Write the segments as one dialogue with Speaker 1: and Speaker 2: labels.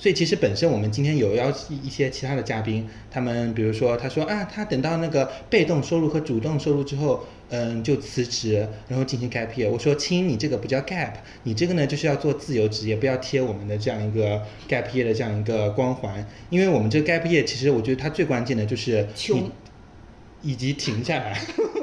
Speaker 1: 所以其实本身我们今天有邀一些其他的嘉宾，他们比如说他说啊，他等到那个被动收入和主动收入之后，就辞职，然后进行 gap year。我说亲，你这个不叫 gap， 你这个呢就是要做自由职业，不要贴我们的这样一个 gap year 的这样一个光环。因为我们这个 gap year 其实我觉得它最关键的就是
Speaker 2: 穷，
Speaker 1: 以及停下来。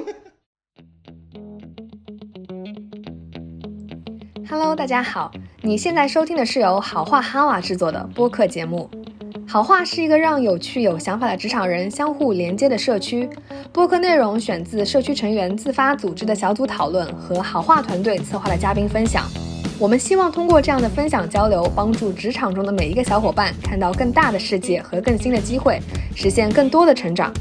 Speaker 3: Hello， 大家好，你现在收听的是由好话哈瓦制作的播客节目。好话是一个让有趣有想法的职场人相互连接的社区，播客内容选自社区成员自发组织的小组讨论和好话团队策划的嘉宾分享。我们希望通过这样的分享交流，帮助职场中的每一个小伙伴看到更大的世界和更新的机会，实现更多的成长。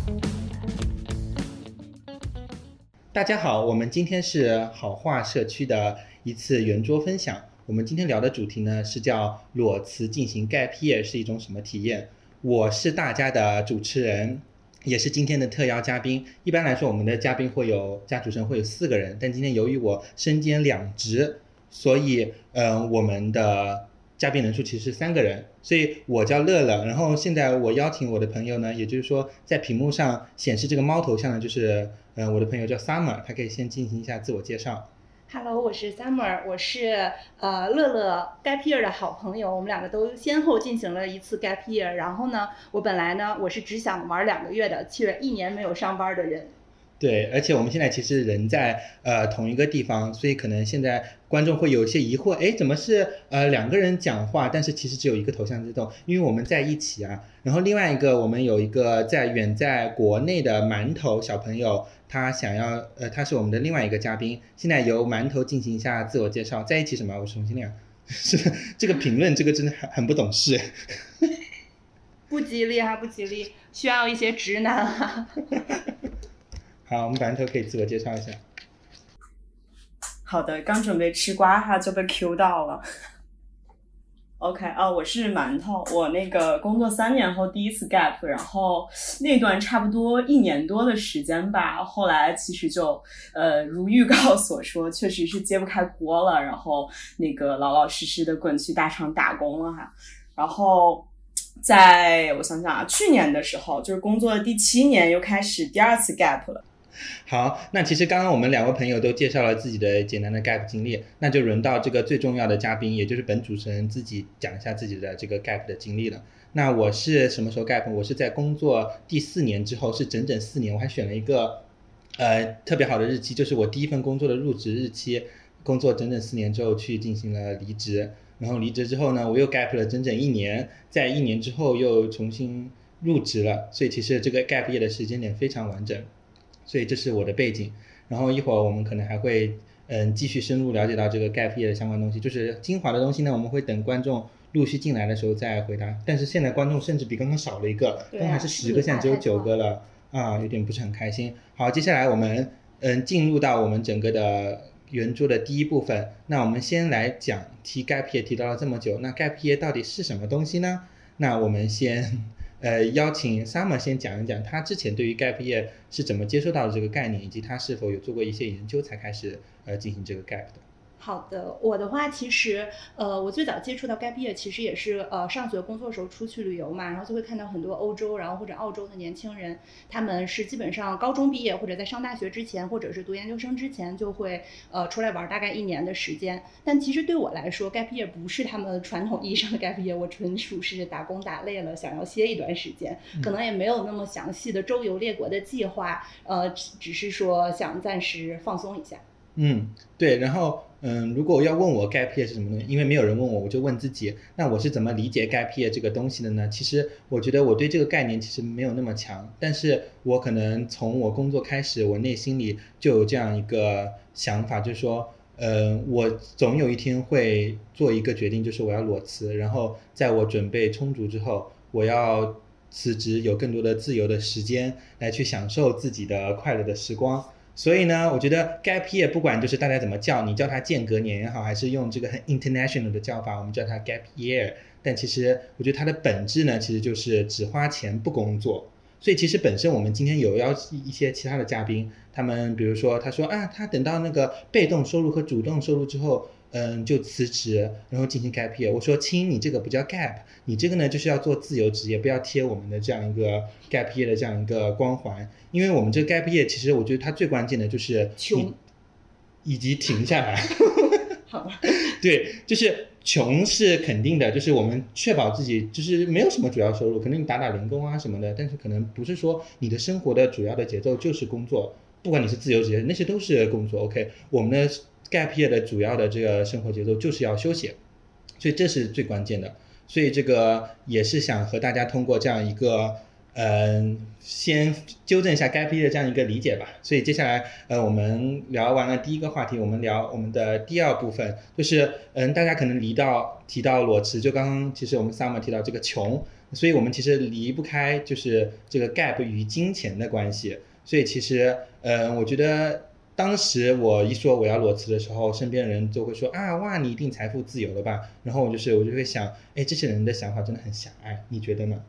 Speaker 1: 大家好，我们今天是好话社区的一次圆桌分享。我们今天聊的主题呢是叫裸辞进行 gap year 是一种什么体验。我是大家的主持人，也是今天的特邀嘉宾。一般来说我们的嘉宾加主持人会有4个人，但今天由于我身兼2职，所以我们的嘉宾人数其实是3个人，所以我叫乐乐。然后现在我邀请我的朋友呢，也就是说在屏幕上显示这个猫头像呢，就是我的朋友叫 Summer， 他可以先进行一下自我介绍。
Speaker 2: Hello， 我是 Summer， 我是乐乐 gap year 的好朋友，我们2个都先后进行了一次 gap year。然后呢，我本来呢我是只想玩2个月的，却1年没有上班的人。
Speaker 1: 对，而且我们现在其实人在同一个地方，所以可能现在观众会有一些疑惑，哎，怎么是2个人讲话，但是其实只有一个头像自动，因为我们在一起啊。然后另外一个，我们有一个远在国内的馒头小朋友，他想要他是我们的另外一个嘉宾，现在由馒头进行一下自我介绍。在一起什么？我重新练。是这个评论，这个真的很不懂事。
Speaker 2: 不吉利啊，不吉利，需要一些直男啊。
Speaker 1: 好，我们馒头可以自我介绍一下。
Speaker 4: 好的，刚准备吃瓜哈就被 Q 到了。OK， 我是馒头，我那个工作3年后第一次 gap， 然后那段差不多1年多的时间吧，后来其实就如预告所说，确实是揭不开锅了，然后那个老老实实的滚去大厂打工了哈。然后在我想想啊，去年的时候就是工作的第7年又开始第2次 gap 了。
Speaker 1: 好，那其实刚刚我们2位朋友都介绍了自己的简单的 gap 经历，那就轮到这个最重要的嘉宾，也就是本主持人自己讲一下自己的这个 gap 的经历了。那我是什么时候 gap？ 我是在工作第4年之后，是整整4年，我还选了一个特别好的日期，就是我第一份工作的入职日期，工作整整4年之后去进行了离职。然后离职之后呢，我又 gap 了整整1年，在1年之后又重新入职了，所以其实这个 gap year 的时间点非常完整。所以这是我的背景，然后一会儿我们可能还会继续深入了解到这个 gap year 的相关东西，就是精华的东西呢，我们会等观众陆续进来的时候再回答。但是现在观众甚至比刚刚少了1个，刚刚还是10个，现在只有9个了啊，有点不是很开心。好，接下来我们进入到我们整个的圆桌的第一部分。那我们先来讲提 gap year 提到了这么久，那 gap year 到底是什么东西呢？那我们先邀请 Summer 先讲一讲他之前对于 gap year 是怎么接受到的这个概念，以及他是否有做过一些研究才开始进行这个 gap 的。
Speaker 2: 好的，我的话其实我最早接触到 gap year 其实也是上学工作的时候出去旅游嘛，然后就会看到很多欧洲然后或者澳洲的年轻人，他们是基本上高中毕业或者在上大学之前或者是读研究生之前就会出来玩大概1年的时间。但其实对我来说 gap year 不是他们传统意义上的 gap year， 我纯属是打工打累了想要歇一段时间，可能也没有那么详细的周游列国的计划，只是说想暂时放松一下。
Speaker 1: 对，然后如果要问我 gap year 是什么东西，因为没有人问我，我就问自己，那我是怎么理解 gap year 这个东西的呢？其实我觉得我对这个概念其实没有那么强，但是我可能从我工作开始，我内心里就有这样一个想法，就是说我总有一天会做一个决定，就是我要裸辞，然后在我准备充足之后，我要辞职，有更多的自由的时间来去享受自己的快乐的时光。所以呢，我觉得 gap year 不管就是大家怎么叫，你叫它间隔年也好，还是用这个很 international 的叫法，我们叫它 gap year， 但其实我觉得它的本质呢，其实就是只花钱不工作。所以其实本身我们今天有邀一些其他的嘉宾，他们比如说他说啊，他等到那个被动收入和主动收入之后， 就辞职，然后进行 gap year。我说亲，你这个不叫 gap， 你这个呢就是要做自由职业，不要贴我们的这样一个 gap year 的这样一个光环。因为我们这个 gap year 其实我觉得它最关键的就是
Speaker 2: 穷
Speaker 1: 以及停下来。
Speaker 2: 好，
Speaker 1: 对，就是穷是肯定的，就是我们确保自己就是没有什么主要收入，可能你打零工啊什么的，但是可能不是说你的生活的主要的节奏就是工作，不管你是自由职业，那些都是工作。 OK， 我们的 gap year 的主要的这个生活节奏就是要休息，所以这是最关键的。所以这个也是想和大家通过这样一个先纠正一下 gap year 的这样一个理解吧。所以接下来我们聊完了第一个话题，我们聊我们的第二部分，就是大家可能提到裸辞，就刚刚其实我们 Summer 提到这个穷，所以我们其实离不开就是这个 gap 与金钱的关系。所以其实我觉得当时我一说我要裸辞的时候，身边人就会说啊，哇，你一定财富自由了吧？然后我就会想，哎，这些人的想法真的很狭隘，你觉得呢？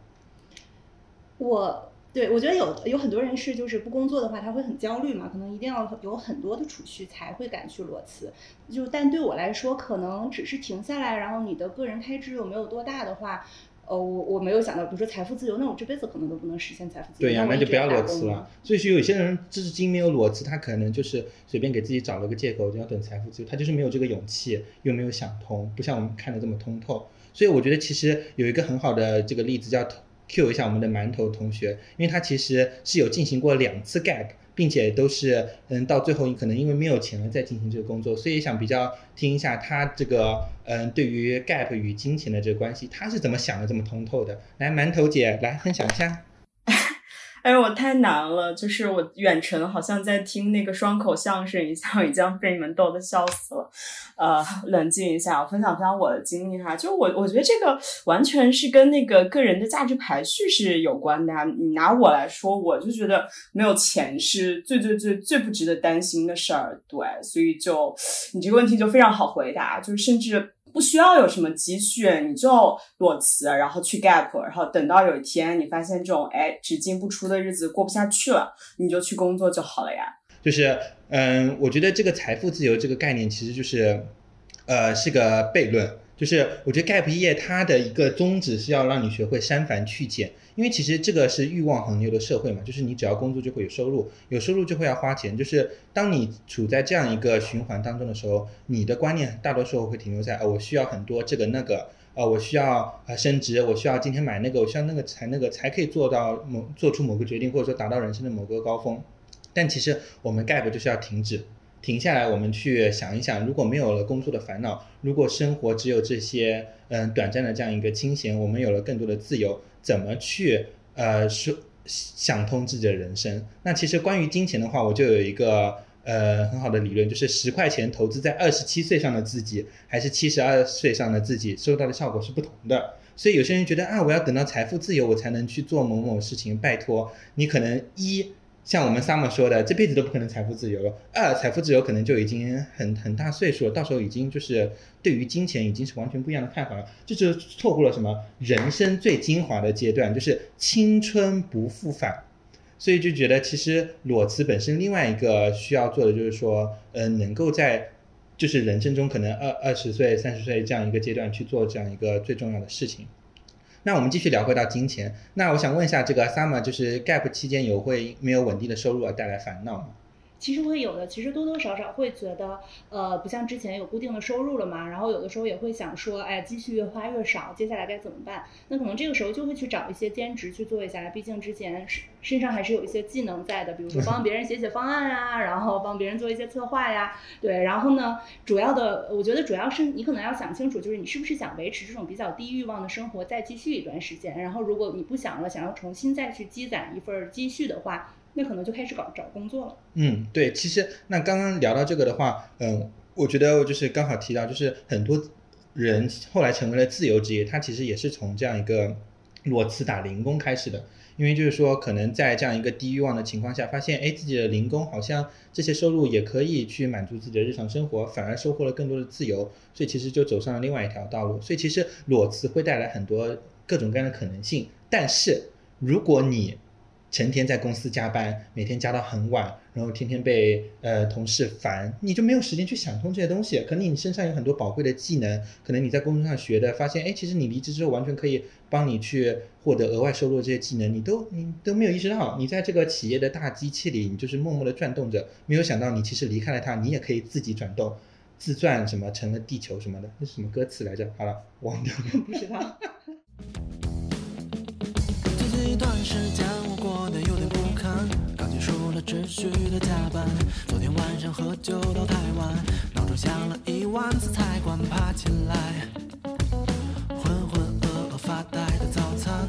Speaker 2: 对，我觉得有很多人是就是不工作的话他会很焦虑嘛，可能一定要有很多的储蓄才会敢去裸辞。但对我来说可能只是停下来，然后你的个人开支又没有多大的话，我没有想到比如说财富自由，那我这辈子可能都不能实现财富自由。
Speaker 1: 对呀，那就不要裸辞了。所以说有些人至今没有裸辞，他可能就是随便给自己找了个借口，就要等财富自由，他就是没有这个勇气，又没有想通，不像我们看得这么通透。所以我觉得其实有一个很好的这个例子叫Q 一下我们的馒头同学，因为他其实是有进行过2次 gap， 并且都是到最后可能因为没有钱了再进行这个工作，所以想比较听一下他这个对于 gap 与金钱的这个关系，他是怎么想的这么通透的。来，馒头姐来分享一下。
Speaker 4: 哎，我太难了，就是我远程好像在听那个双口相声一样，已经被你们逗得笑死了。冷静一下，我分享我的经历哈。就我觉得这个完全是跟那个个人的价值排序是有关的。你拿我来说，我就觉得没有钱是最不值得担心的事儿，对，所以就你这个问题就非常好回答，就是甚至不需要有什么积蓄，你就裸辞，然后去 gap， 然后等到有一天你发现这种只进不出的日子过不下去了，你就去工作就好了呀。
Speaker 1: 就是我觉得这个财富自由这个概念其实就是是个悖论。就是我觉得 gap year 它的一个宗旨是要让你学会删繁去简，因为其实这个是欲望横流的社会嘛，就是你只要工作就会有收入，有收入就会要花钱，就是当你处在这样一个循环当中的时候，你的观念大多时候会停留在我需要很多这个那个，我需要升职，我需要今天买那个，我需要那个才可以做出某个决定，或者说达到人生的某个高峰。但其实我们 gap 就是要停下来，我们去想一想，如果没有了工作的烦恼，如果生活只有这些短暂的这样一个清闲，我们有了更多的自由，怎么去想通自己的人生。那其实关于金钱的话，我就有一个很好的理论，就是10块钱投资在27岁上的自己还是72岁上的自己收到的效果是不同的。所以有些人觉得我要等到财富自由我才能去做某某事情，拜托，你可能像我们 Summer 说的，这辈子都不可能财富自由了。财富自由可能就已经很大岁数了，到时候已经就是对于金钱已经是完全不一样的看法了，这就是错过了什么人生最精华的阶段，就是青春不复返。所以就觉得其实裸辞本身另外一个需要做的就是说能够在就是人生中可能20岁30岁这样一个阶段去做这样一个最重要的事情。那我们继续聊回到金钱，那我想问一下这个 Summer， 就是 gap 期间没有稳定的收入而带来烦恼吗？
Speaker 2: 其实会有的，其实多多少少会觉得不像之前有固定的收入了嘛，然后有的时候也会想说积蓄越花越少，接下来该怎么办。那可能这个时候就会去找一些兼职去做一下，毕竟之前身上还是有一些技能在的，比如说帮别人写方案啊然后帮别人做一些策划呀，对。然后呢我觉得主要是你可能要想清楚，就是你是不是想维持这种比较低欲望的生活再继续一段时间，然后如果你不想了，想要重新再去积攒一份积蓄的话，那可能就开始找工作了。
Speaker 1: 对，其实那刚刚聊到这个的话，我觉得就是刚好提到，就是很多人后来成为了自由职业，他其实也是从这样一个裸辞打零工开始的。因为就是说可能在这样一个低欲望的情况下，发现自己的零工好像这些收入也可以去满足自己的日常生活，反而收获了更多的自由，所以其实就走上了另外一条道路。所以其实裸辞会带来很多各种各样的可能性，但是如果你成天在公司加班，每天加到很晚，然后天天被同事烦，你就没有时间去想通这些东西。可能你身上有很多宝贵的技能，可能你在工作上学的，发现其实你离职之后完全可以帮你去获得额外收入的这些技能，你都没有意识到。你在这个企业的大机器里，你就是默默的转动着，没有想到你其实离开了它，你也可以自己转动，自转什么成了地球什么的，那是什么歌词来着？好了，忘掉了，
Speaker 2: 不知道。
Speaker 5: 最近一段时间我过得有点不堪，刚结束了持续的加班，昨天晚上喝酒到太晚，闹钟响了1万次才敢爬起来，浑浑噩噩发呆的早餐。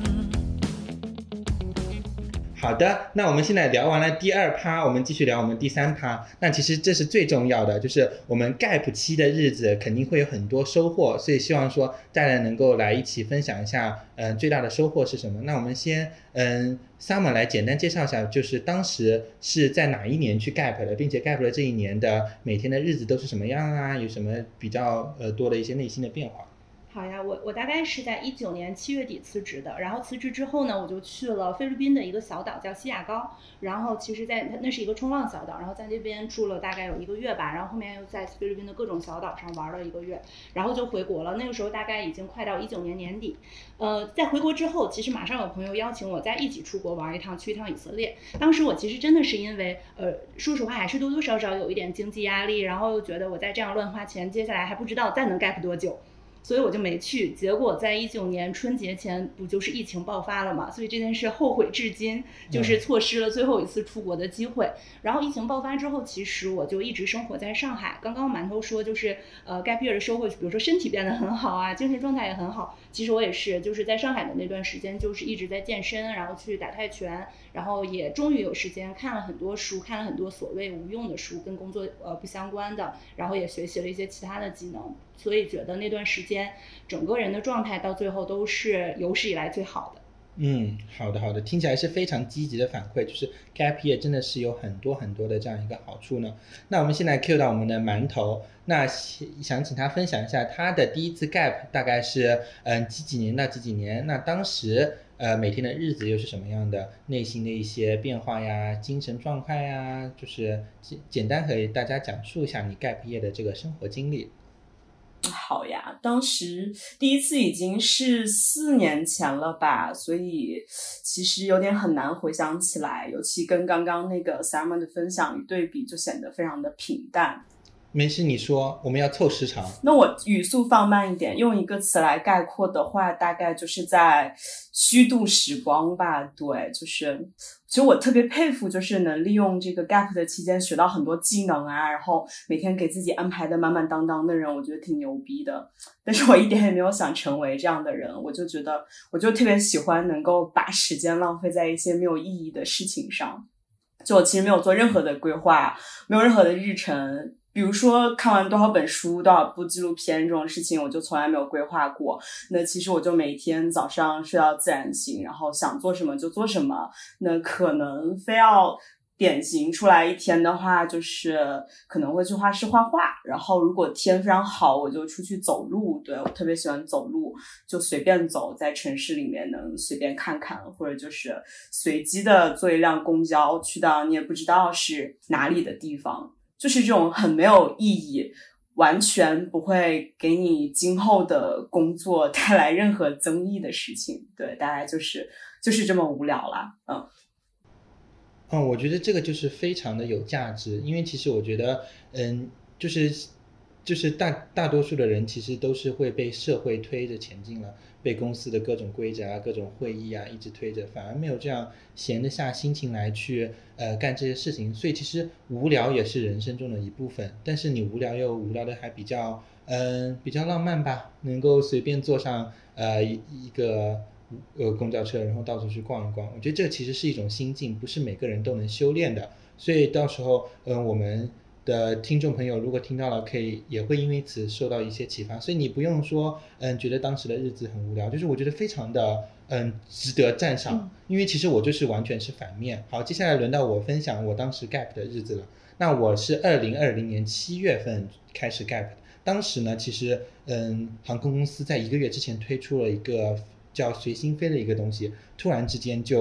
Speaker 1: 好的，那我们现在聊完了第2趴，我们继续聊我们第3趴。那其实这是最重要的，就是我们 gap 期的日子肯定会有很多收获，所以希望说大家能够来一起分享一下最大的收获是什么。那我们先Summer 来简单介绍一下，就是当时是在哪一年去 gap 的，并且 gap 了这一年的每天的日子都是什么样啊，有什么比较多的一些内心的变化。
Speaker 2: 好呀，我大概是在19年7月底辞职的，然后辞职之后呢，我就去了菲律宾的一个小岛叫西雅高，然后其实那是一个冲浪小岛，然后在那边住了大概有1个月吧，然后后面又在菲律宾的各种小岛上玩了1个月，然后就回国了。那个时候大概已经快到19年年底，在回国之后，其实马上有朋友邀请我再一起出国玩一趟，去一趟以色列。当时我其实真的是因为说实话还是多多少少有一点经济压力，然后又觉得我再这样乱花钱，接下来还不知道再能 gap 多久。所以我就没去，结果在19年春节前不就是疫情爆发了嘛，所以这件事后悔至今，就是错失了最后一次出国的机会。然后疫情爆发之后，其实我就一直生活在上海。刚刚馒头说就是gap year 的收获，比如说身体变得很好啊，精神状态也很好。其实我也是，就是在上海的那段时间，就是一直在健身，然后去打泰拳，然后也终于有时间看了很多书，看了很多所谓无用的书，跟工作不相关的，然后也学习了一些其他的技能。所以觉得那段时间整个人的状态到最后都是有史以来最好的。
Speaker 1: 好的，听起来是非常积极的反馈，就是 gap year 真的是有很多很多的这样一个好处呢。那我们现在 cue 到我们的馒头，那想请他分享一下他的第一次 gap 大概是几年到几年，那当时每天的日子又是什么样的，内心的一些变化呀，精神状态呀，就是简单和大家讲述一下你 gap year 的这个生活经历。
Speaker 4: 好呀，当时第一次已经是4年前了吧，所以其实有点很难回想起来，尤其跟刚刚那个 Simon 的分享一对比，就显得非常的平淡。
Speaker 1: 没事，你说，我们要凑时长。
Speaker 4: 那我语速放慢一点，用一个词来概括的话，大概就是在虚度时光吧。对，就是其实我特别佩服，就是能利用这个 gap 的期间学到很多技能啊，然后每天给自己安排的满满当当的人，我觉得挺牛逼的。但是我一点也没有想成为这样的人，我就觉得我就特别喜欢能够把时间浪费在一些没有意义的事情上。就我其实没有做任何的规划，没有任何的日程，比如说看完多少本书、多少部纪录片这种事情，我就从来没有规划过。那其实我就每天早上睡到自然醒，然后想做什么就做什么。那可能非要典型出来一天的话，就是可能会去画室画画，然后如果天非常好，我就出去走路。对，我特别喜欢走路，就随便走，在城市里面能随便看看，或者就是随机的坐一辆公交去到你也不知道是哪里的地方，就是这种很没有意义，完全不会给你今后的工作带来任何增益的事情。对，大概就是这么无聊啦。
Speaker 1: 我觉得这个就是非常的有价值，因为其实我觉得就是大多数的人其实都是会被社会推着前进了，被公司的各种规则啊、各种会议啊一直推着，反而没有这样闲得下心情来去干这些事情。所以其实无聊也是人生中的一部分，但是你无聊又无聊的还比较浪漫吧，能够随便坐上一个公交车，然后到处去逛一逛。我觉得这其实是一种心境，不是每个人都能修炼的。所以到时候我们的听众朋友如果听到了，也会因为此受到一些启发。所以你不用说觉得当时的日子很无聊，就是我觉得非常的值得赞赏。因为其实我就是完全是反面。好，接下来轮到我分享我当时 gap 的日子了。那我是2020年7月份开始 gap 的。当时呢，其实航空公司在1个月之前推出了一个叫随心飞的一个东西，突然之间就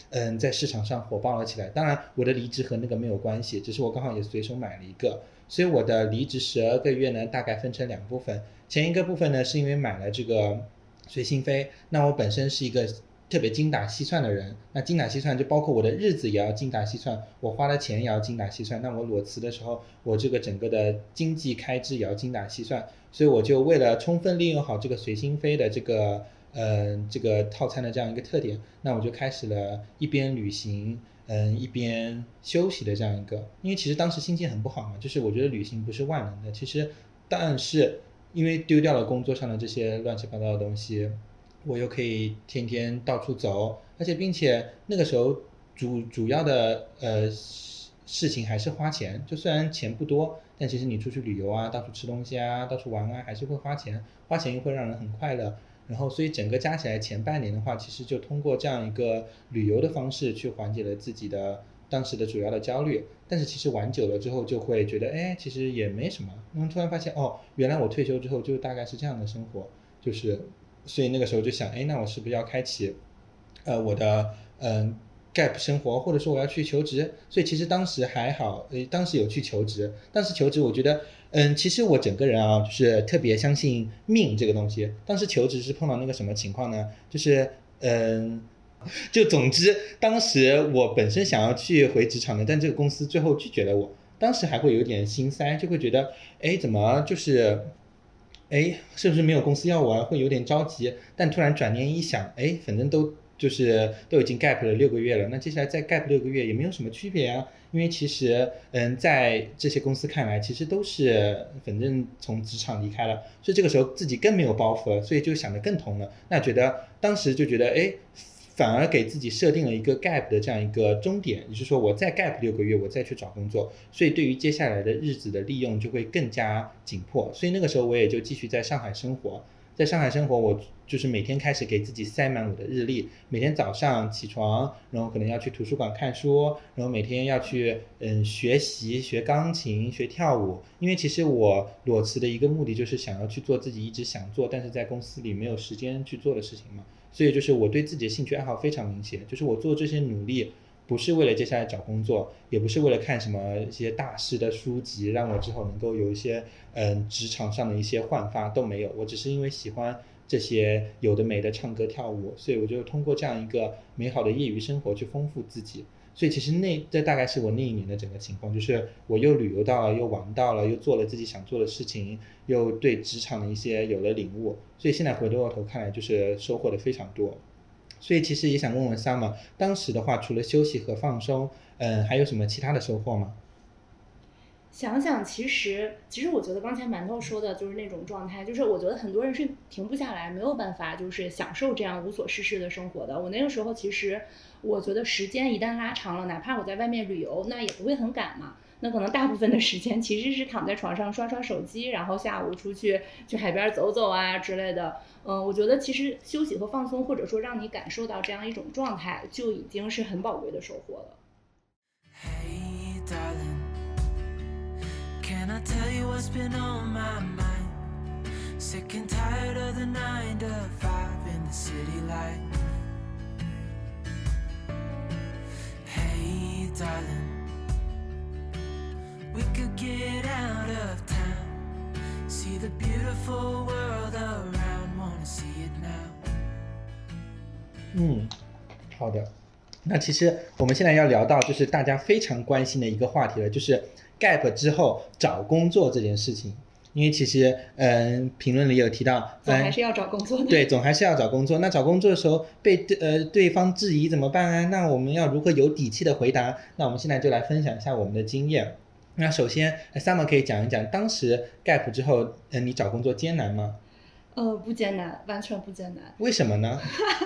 Speaker 1: 在市场上火爆了起来。当然我的离职和那个没有关系，只是我刚好也随手买了一个，所以我的离职12个月呢大概分成2部分。前一个部分呢是因为买了这个随心飞，那我本身是一个特别精打细算的人，那精打细算就包括我的日子也要精打细算，我花的钱也要精打细算，那我裸辞的时候我这个整个的经济开支也要精打细算，所以我就为了充分利用好这个随心飞的这个套餐的这样一个特点，那我就开始了一边旅行一边休息的这样一个。因为其实当时心情很不好嘛，就是我觉得旅行不是万能的，其实但是因为丢掉了工作上的这些乱七八糟的东西，我又可以天天到处走，而且并且那个时候主要的事情还是花钱，就虽然钱不多，但其实你出去旅游啊，到处吃东西啊，到处玩啊，还是会花钱，花钱又会让人很快乐。然后所以整个加起来前半年的话，其实就通过这样一个旅游的方式去缓解了自己的当时的主要的焦虑。但是其实玩久了之后就会觉得其实也没什么，突然发现原来我退休之后就大概是这样的生活，就是所以那个时候就想那我是不是要开启我的gap 生活，或者说我要去求职。所以其实当时还好当时有去求职，当时求职我觉得其实我整个人啊就是特别相信命这个东西。当时求职是碰到那个什么情况呢，就是就总之当时我本身想要去回职场的，但这个公司最后拒绝了我，当时还会有点心塞，就会觉得怎么就是是不是没有公司要我啊，会有点着急。但突然转念一想反正都已经 gap 了6个月了，那接下来再 gap 6个月也没有什么区别啊。因为其实在这些公司看来其实都是反正从职场离开了，所以这个时候自己更没有包袱了，所以就想得更通了。那当时就觉得反而给自己设定了一个 gap 的这样一个终点，也就是说我再 gap 6个月我再去找工作，所以对于接下来的日子的利用就会更加紧迫。所以那个时候我也就继续在上海生活。在上海生活，我就是每天开始给自己塞满我的日历，每天早上起床，然后可能要去图书馆看书，然后每天要去学习学钢琴学跳舞。因为其实我裸辞的一个目的就是想要去做自己一直想做但是在公司里没有时间去做的事情嘛，所以就是我对自己的兴趣爱好非常明显，就是我做这些努力不是为了接下来找工作，也不是为了看什么一些大师的书籍让我之后能够有一些职场上的一些焕发，都没有。我只是因为喜欢这些有的没的唱歌跳舞，所以我就通过这样一个美好的业余生活去丰富自己。所以其实这大概是我那一年的整个情况，就是我又旅游到了，又玩到了，又做了自己想做的事情，又对职场的一些有了领悟。所以现在回过头看来就是收获的非常多。所以其实也想问问 Summer， 当时的话除了休息和放松还有什么其他的收获吗？
Speaker 2: 想想其实我觉得刚才馒头说的就是那种状态，就是我觉得很多人是停不下来，没有办法就是享受这样无所事事的生活的。我那个时候其实我觉得时间一旦拉长了，哪怕我在外面旅游那也不会很赶嘛，那可能大部分的时间其实是躺在床上刷刷手机，然后下午出去海边走走啊之类的。我觉得其实休息和放松，或者说让你感受到这样一种状态，就已经是很宝贵的收获了。
Speaker 5: Hey darling, can I tell you what's been on my mind? Sick and tired of the 9 to 5 in the city light. Hey darling, we could get out of town, see the beautiful world around, wanna see it now.
Speaker 1: 好的。那其实我们现在要聊到就是大家非常关心的一个话题了，就是 gap 之后找工作这件事情。因为其实评论里有提到
Speaker 2: 总还是要找工作的。
Speaker 1: 对，总还是要找工作。那找工作的时候被对方质疑怎么办啊？那我们要如何有底气的回答？那我们现在就来分享一下我们的经验。那首先 Summer 可以讲一讲当时 gap 之后你找工作艰难吗？
Speaker 2: 不艰难，完全不艰难。
Speaker 1: 为什么呢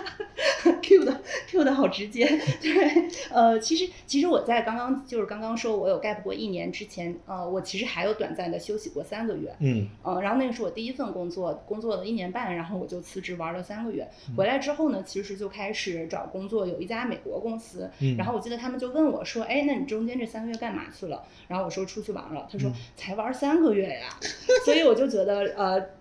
Speaker 2: ？Q 的好直接。对，其实我在刚刚说我有 gap 过1年之前，我其实还有短暂的休息过3个月。然后那个是我第一份工作了1年半，然后我就辞职玩了3个月。回来之后呢，其实就开始找工作，有一家美国公司。然后我记得他们就问我说，那你中间这3个月干嘛去了？然后我说出去玩了。他说才玩3个月呀。所以我就觉得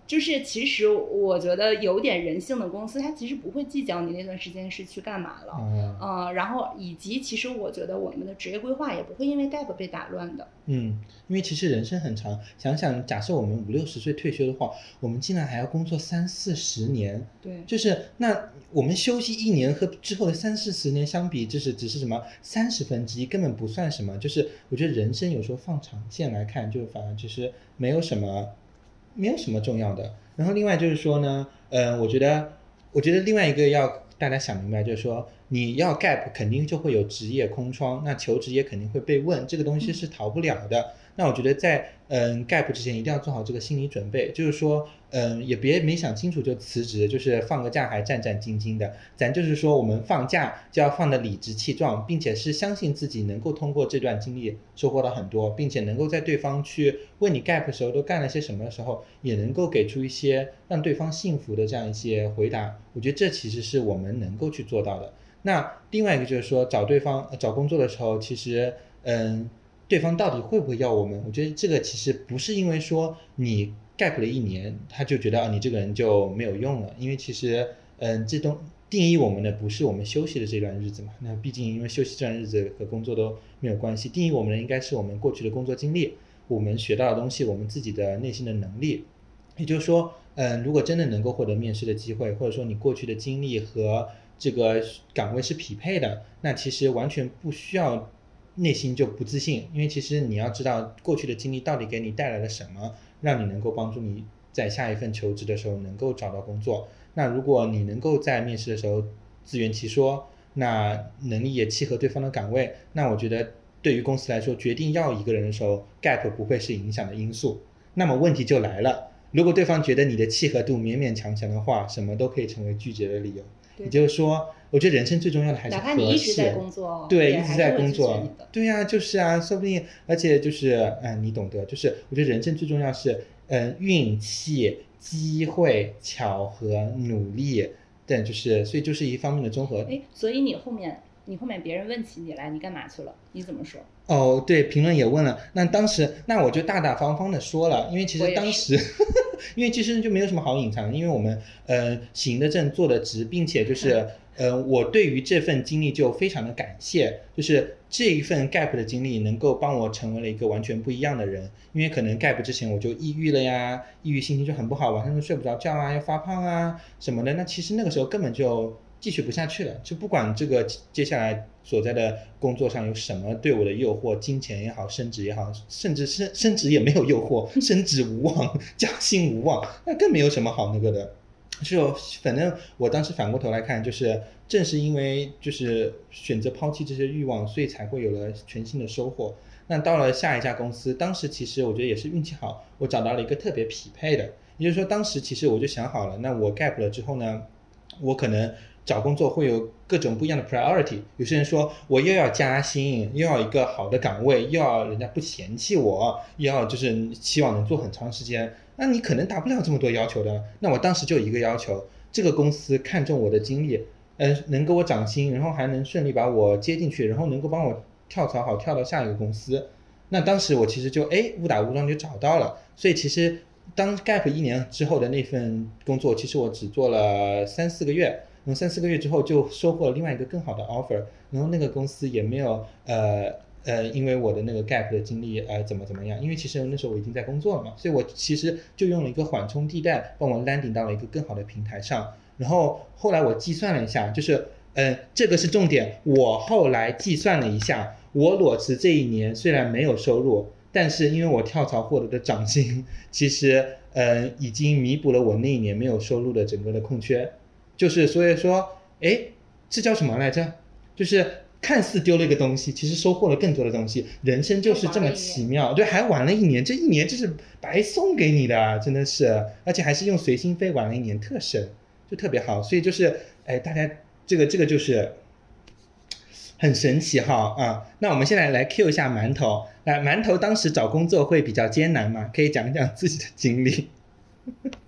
Speaker 2: 就是其实我觉得有点人性的公司，它其实不会计较你那段时间是去干嘛了，然后以及其实我觉得我们的职业规划也不会因为 gap 被打乱的。
Speaker 1: 因为其实人生很长，想想假设我们50-60岁退休的话，我们竟然还要工作30-40年，
Speaker 2: 对，
Speaker 1: 就是那我们休息1年和之后的30-40年相比，只是什么1/30，根本不算什么。就是我觉得人生有时候放长线来看，就反而其实没有什么重要的。然后另外就是说呢，我觉得另外一个要大家想明白，就是说你要 gap 肯定就会有职业空窗，那求职也肯定会被问，这个东西是逃不了的。那我觉得在gap 之前一定要做好这个心理准备，就是说也别没想清楚就辞职，就是放个假还战战兢兢的。咱就是说我们放假就要放得理直气壮，并且是相信自己能够通过这段经历收获到很多，并且能够在对方去问你 gap 的时候都干了些什么的时候，也能够给出一些让对方幸福的这样一些回答。我觉得这其实是我们能够去做到的。那另外一个就是说找工作的时候，其实对方到底会不会要我们，我觉得这个其实不是因为说你 gap 了1年他就觉得你这个人就没有用了，因为其实这种定义我们的不是我们休息的这段日子嘛，那毕竟因为休息这段日子和工作都没有关系，定义我们的应该是我们过去的工作经历，我们学到的东西，我们自己的内心的能力。也就是说如果真的能够获得面试的机会，或者说你过去的经历和这个岗位是匹配的，那其实完全不需要内心就不自信，因为其实你要知道过去的经历到底给你带来了什么，让你能够帮助你在下一份求职的时候能够找到工作。那如果你能够在面试的时候自圆其说，那能力也契合对方的岗位，那我觉得对于公司来说决定要一个人的时候 gap 不会是影响的因素。那么问题就来了，如果对方觉得你的契合度勉勉强强的话，什么都可以成为拒绝的理由。也就是说我觉得人生最重要的还是合适，
Speaker 2: 哪怕你一直在工作，
Speaker 1: 对，一直在工作，对呀，就是啊，说不定，而且就是你懂得，就是我觉得人生最重要是运气、机会、巧合、努力，对，就是所以就是一方面的综合。
Speaker 2: 所以你后面别人问起你来，你干嘛去了？你怎么说？
Speaker 1: 对，评论也问了，那当时那我就大大方方的说了，因为其实当时因为其实就没有什么好隐藏的，因为我们行得正坐得直，并且就是我对于这份经历就非常的感谢，就是这一份 gap 的经历能够帮我成为了一个完全不一样的人。因为可能 gap 之前我就抑郁了呀，抑郁心情就很不好，晚上都睡不着觉啊，要发胖啊什么的，那其实那个时候根本就继续不下去了，就不管这个接下来所在的工作上有什么对我的诱惑，金钱也好，升职也好，甚至升职也没有诱惑，升职无望，加薪无望，那更没有什么好那个的。就反正我当时反过头来看，就是正是因为就是选择抛弃这些欲望，所以才会有了全新的收获。那到了下一家公司，当时其实我觉得也是运气好，我找到了一个特别匹配的，也就是说当时其实我就想好了，那我 gap 了之后呢，我可能找工作会有各种不一样的 priority， 有些人说我又要加薪，又要一个好的岗位，又要人家不嫌弃我，又要就是希望能做很长时间，那你可能达不了这么多要求的。那我当时就一个要求，这个公司看中我的经历，能给我涨薪，然后还能顺利把我接进去，然后能够帮我跳槽好跳到下一个公司。那当时我其实就误打误撞就找到了，所以其实当 gap 1年之后的那份工作，其实我只做了3-4个月，然后3-4个月之后就收获了另外一个更好的 offer， 然后那个公司也没有因为我的那个 gap 的经历怎么样，因为其实那时候我已经在工作了嘛，所以我其实就用了一个缓冲地带帮我 landing 到了一个更好的平台上。然后后来我计算了一下，就是这个是重点，我后来计算了一下，我裸辞这1年虽然没有收入，但是因为我跳槽获得的涨薪，其实已经弥补了我那1年没有收入的整个的空缺。就是所以说这叫什么来着，就是看似丢了一个东西，其实收获了更多的东西。人生就是这么奇妙，对，还玩了1年，这1年就是白送给你的，真的是，而且还是用随心飞玩了1年，特省，就特别好。所以就是大家这个就是很神奇哈啊。那我们现在来 Q 一下馒头，来，馒头当时找工作会比较艰难吗？可以讲讲自己的经历。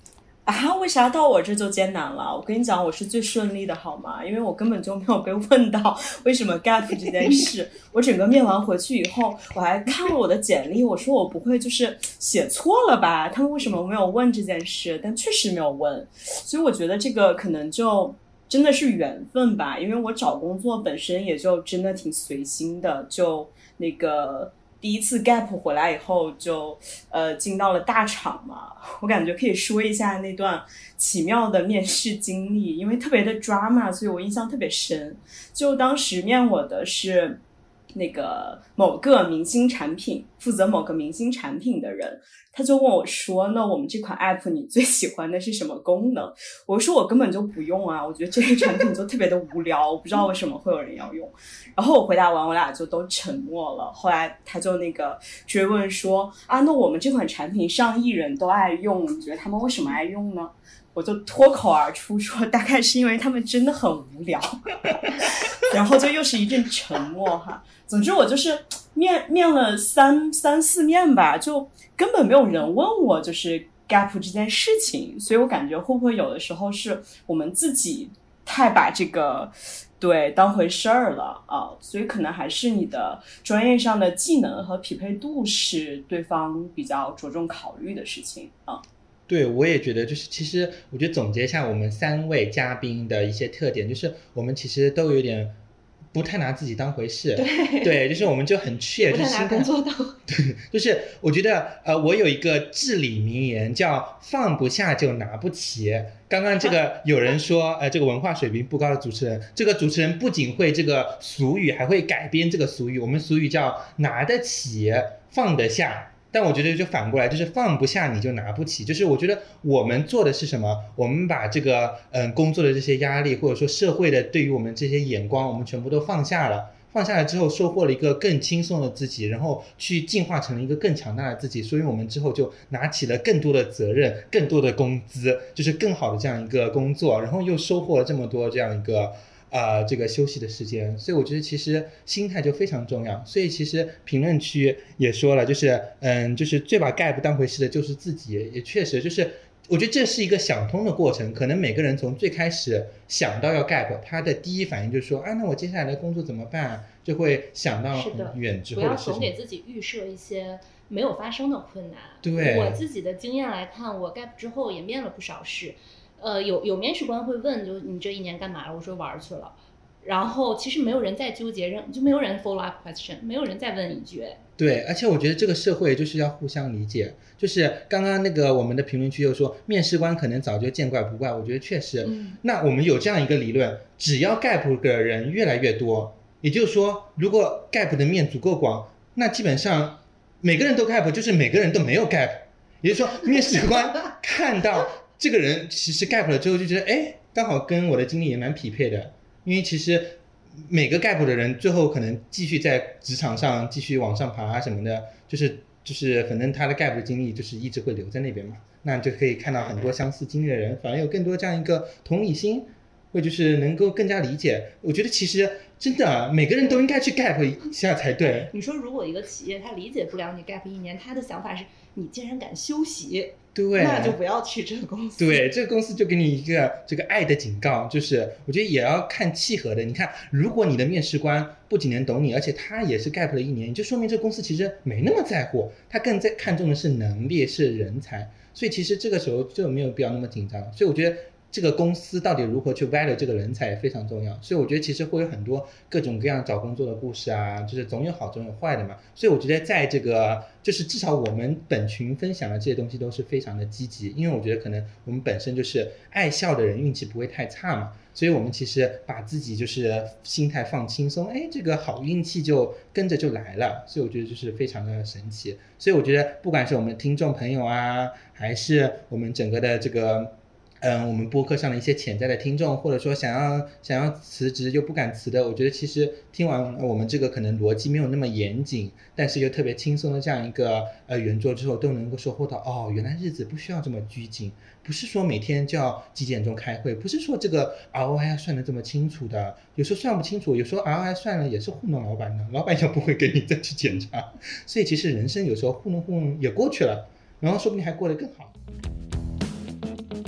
Speaker 4: 啊，为啥到我这就艰难了？我跟你讲，我是最顺利的好吗？因为我根本就没有被问到为什么 gap 这件事。我整个面完回去以后，我还看了我的简历，我说我不会就是写错了吧？他们为什么没有问这件事？但确实没有问，所以我觉得这个可能就真的是缘分吧。因为我找工作本身也就真的挺随心的，就那个。第一次 gap 回来以后就进到了大厂嘛，我感觉可以说一下那段奇妙的面试经历，因为特别的 drama， 所以我印象特别深。就当时面我的是那个某个明星产品，负责某个明星产品的人，他就问我说，那我们这款 app 你最喜欢的是什么功能？我说我根本就不用啊，我觉得这个产品就特别的无聊，我不知道为什么会有人要用。然后我回答完，我俩就都沉默了。后来他就那个追问说啊，那我们这款产品上亿人都爱用，你觉得他们为什么爱用呢？我就脱口而出说，大概是因为他们真的很无聊。然后就又是一阵沉默哈。总之我就是面了三四面吧，就根本没有人问我就是 gap 这件事情，所以我感觉会不会有的时候是我们自己太把这个对当回事儿了啊，所以可能还是你的专业上的技能和匹配度是对方比较着重考虑的事情啊。
Speaker 1: 对，我也觉得就是其实我觉得总结一下我们3位嘉宾的一些特点，就是我们其实都有点不太拿自己当回事，对，就是我们就很确，
Speaker 2: 不太拿工作当，
Speaker 1: 对，就是我觉得我有一个至理名言叫放不下就拿不起。刚刚这个有人说这个文化水平不高的主持人，这个主持人不仅会这个俗语，还会改编这个俗语。我们俗语叫拿得起放得下，但我觉得就反过来，就是放不下你就拿不起。就是我觉得我们做的是什么，我们把这个工作的这些压力，或者说社会的对于我们这些眼光，我们全部都放下了。放下来之后收获了一个更轻松的自己，然后去进化成了一个更强大的自己，所以我们之后就拿起了更多的责任，更多的工资，就是更好的这样一个工作，然后又收获了这么多这样一个这个休息的时间。所以我觉得其实心态就非常重要。所以其实评论区也说了，就是就是最把 gap 当回事的就是自己，也确实就是我觉得这是一个想通的过程。可能每个人从最开始想到要 gap， 他的第一反应就是说啊，那我接下来的工作怎么办，就会想到很远之后的事情。
Speaker 2: 不要总给自己预设一些没有发生的困难。
Speaker 1: 对，
Speaker 2: 我自己的经验来看，我 gap 之后也面了不少事。有面试官会问，就你这1年干嘛了？我说玩去了。然后其实没有人在纠结，就没有人 follow up question， 没有人再问一句。
Speaker 1: 对，而且我觉得这个社会就是要互相理解。就是刚刚那个我们的评论区又说面试官可能早就见怪不怪，我觉得确实。那我们有这样一个理论，只要 gap 的人越来越多，也就是说如果 gap 的面足够广，那基本上每个人都 gap， 就是每个人都没有 gap。也就是说面试官看到这个人其实 gap 了之后就觉得哎，刚好跟我的经历也蛮匹配的。因为其实每个 gap 的人最后可能继续在职场上继续往上爬啊什么的，就是反正他的 gap 的经历就是一直会留在那边嘛，那就可以看到很多相似经历的人，反而有更多这样一个同理心，会就是能够更加理解。我觉得其实真的每个人都应该去 gap 一下才对。
Speaker 2: 你说如果一个企业他理解不了你 gap 1年，他的想法是你竟然敢休息，
Speaker 1: 对，
Speaker 2: 那就不要去这个公司。
Speaker 1: 对，这个公司就给你一个这个爱的警告，就是我觉得也要看契合的。你看，如果你的面试官不仅能懂你，而且他也是 gap 了1年，就说明这个公司其实没那么在乎，他更看重的是能力，是人才。所以其实这个时候就没有必要那么紧张。所以我觉得这个公司到底如何去 value 这个人才也非常重要。所以我觉得其实会有很多各种各样找工作的故事啊，就是总有好总有坏的嘛。所以我觉得在这个就是至少我们本群分享的这些东西都是非常的积极，因为我觉得可能我们本身就是爱笑的人运气不会太差嘛，所以我们其实把自己就是心态放轻松，哎，这个好运气就跟着就来了。所以我觉得就是非常的神奇。所以我觉得不管是我们听众朋友啊，还是我们整个的这个我们播客上的一些潜在的听众，或者说想要辞职又不敢辞的，我觉得其实听完我们这个可能逻辑没有那么严谨，但是又特别轻松的这样一个圆桌之后，都能够收获到哦，原来日子不需要这么拘谨，不是说每天就要几点钟开会，不是说这个 ROI 要算得这么清楚的，有时候算不清楚，有时候 ROI 算了也是糊弄老板的，老板又不会给你再去检查，所以其实人生有时候糊弄也过去了，然后说不定还过得更好。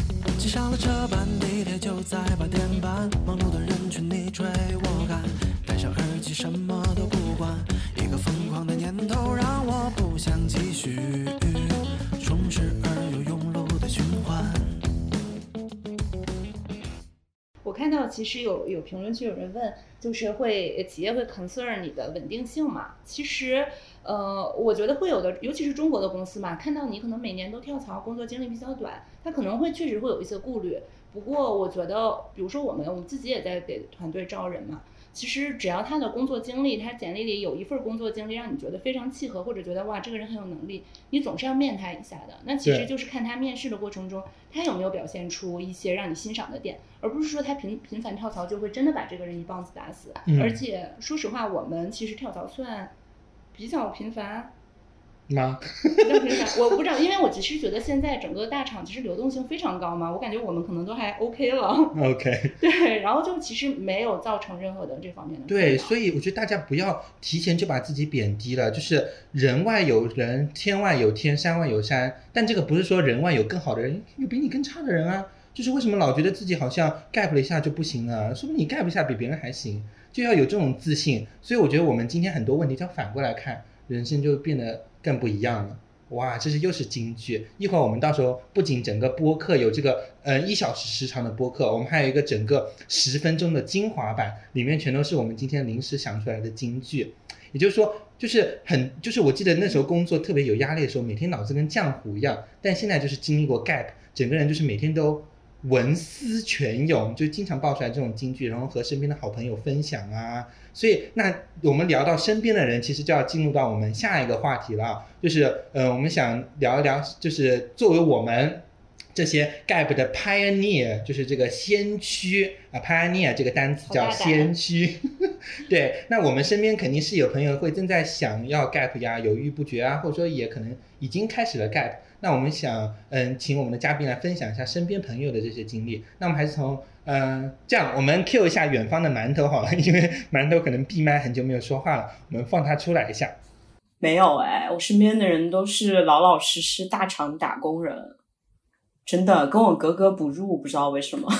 Speaker 5: 骑上了车班，地铁就在8点半，忙碌的人群你追我赶，戴上耳机什么都不管，一个疯狂的念头让我不想继续，充实而又庸碌的循环。
Speaker 2: 我看到其实有评论区有人问，就是企业会 concern 你的稳定性嘛？其实我觉得会有的，尤其是中国的公司嘛，看到你可能每年都跳槽，工作经历比较短，他可能会确实会有一些顾虑。不过我觉得，比如说我们自己也在给团队招人嘛，其实只要他的工作经历，他简历里有一份工作经历让你觉得非常契合，或者觉得哇这个人很有能力，你总是要面他一下的。那其实就是看他面试的过程中，他有没有表现出一些让你欣赏的点，而不是说他频繁跳槽就会真的把这个人一棒子打死。而且说实话，我们其实跳槽算比较频繁
Speaker 1: 吗？
Speaker 2: 比较频繁，我不知道，因为我只是觉得现在整个大厂其实流动性非常高嘛，我感觉我们可能都还 OK 了。
Speaker 1: OK，
Speaker 2: 对，然后就其实没有造成任何的这方面的。
Speaker 1: 对，所以我觉得大家不要提前就把自己贬低了，就是人外有人，天外有天，山外有山，但这个不是说人外有更好的人，有比你更差的人啊。就是为什么老觉得自己好像 gap 了一下就不行了，说不定你 gap 一下比别人还行，就要有这种自信。所以我觉得我们今天很多问题要反过来看，人生就变得更不一样了。哇，这是又是金句。一会儿我们到时候不仅整个播客有这个1小时时长的播客，我们还有一个整个10分钟的精华版，里面全都是我们今天临时想出来的金句。也就是说，就是我记得那时候工作特别有压力的时候，每天脑子跟浆糊一样，但现在就是经历过 gap， 整个人就是每天都文思泉涌，就经常爆出来这种金句，然后和身边的好朋友分享啊。所以那我们聊到身边的人，其实就要进入到我们下一个话题了，就是我们想聊一聊，就是作为我们这些 gap 的 pioneer， 就是这个先驱啊 ，pioneer 这个单词叫先驱。对，那我们身边肯定是有朋友会正在想要 gap 呀，犹豫不决啊，或者说也可能已经开始了 gap。那我们想请我们的嘉宾来分享一下身边朋友的这些经历。那我们还是从这样，我们 cue 一下远方的馒头好了，因为馒头可能闭麦很久没有说话了，我们放他出来一下。
Speaker 4: 没有我身边的人都是老老实实大厂打工人，真的跟我格格不入，不知道为什么。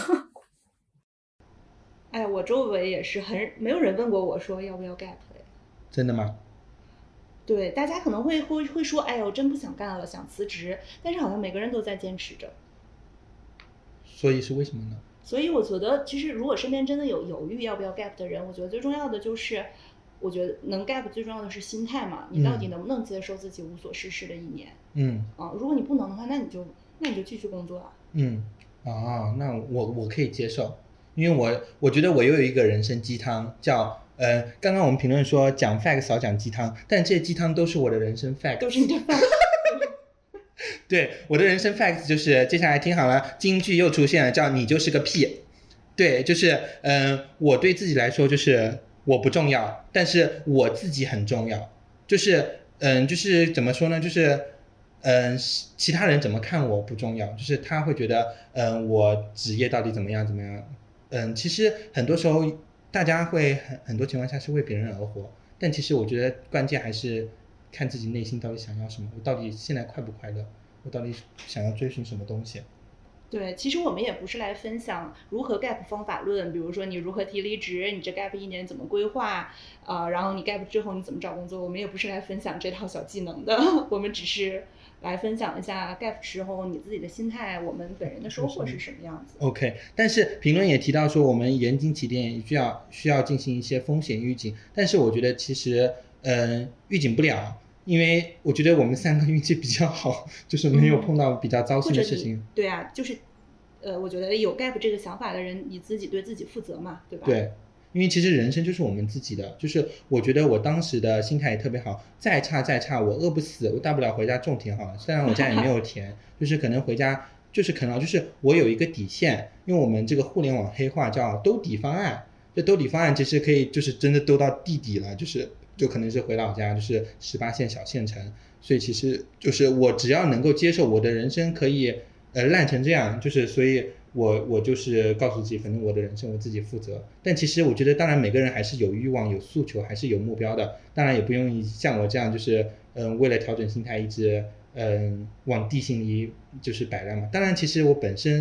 Speaker 2: 哎，我周围也是没有人问过我说要不要 gap。
Speaker 1: 真的吗？
Speaker 2: 对，大家可能会说，哎呦，真不想干了，想辞职，但是好像每个人都在坚持着。
Speaker 1: 所以是为什么呢？
Speaker 2: 所以我觉得，其实如果身边真的有犹豫要不要 gap 的人，我觉得最重要的就是，我觉得能 gap 最重要的是心态嘛，你到底能不能接受自己无所事事的一年？如果你不能的话，那你就继续工作啊。
Speaker 1: 那我可以接受，因为我觉得我又有一个人生鸡汤叫。刚刚我们评论说讲 fact 少讲鸡汤，但这些鸡汤都是我的人生 fact，
Speaker 2: 都是你的 fact。
Speaker 1: 对，我的人生 fact 就是接下来听好了，金句又出现了，叫你就是个屁。对，就是我对自己来说就是我不重要，但是我自己很重要。就是怎么说呢，就是其他人怎么看我不重要，就是他会觉得我职业到底怎么样。其实很多时候大家会很多情况下是为别人而活，但其实我觉得关键还是看自己内心到底想要什么，我到底现在快不快乐，我到底想要追寻什么东西。
Speaker 2: 对，其实我们也不是来分享如何 gap 方法论，比如说你如何提离职，你这 gap 1年怎么规划然后你 gap 之后你怎么找工作，我们也不是来分享这套小技能的，我们只是来分享一下 gap 时候你自己的心态，我们本人的收获是什么样子。
Speaker 1: OK， 但是评论也提到说我们严禁起点需要进行一些风险预警，但是我觉得其实预警不了，因为我觉得我们3个运气比较好，就是没有碰到比较糟心的事情。
Speaker 2: 对啊，就是我觉得有 gap 这个想法的人，你自己对自己负责嘛，对吧？
Speaker 1: 对，因为其实人生就是我们自己的，就是我觉得我当时的心态也特别好，再差我饿不死，我大不了回家种田好了，虽然我家也没有田就是可能回家就是啃老，就是我有一个底线，因为我们这个互联网黑话叫兜底方案，这兜底方案其实可以就是真的兜到地底了，就可能是回老家，就是18线小县城，所以其实就是我只要能够接受我的人生可以烂成这样，就是所以我就是告诉自己，反正我的人生我自己负责。但其实我觉得当然每个人还是有欲望有诉求还是有目标的，当然也不用像我这样就是为了调整心态一直往地心里就是摆烂嘛。当然其实我本身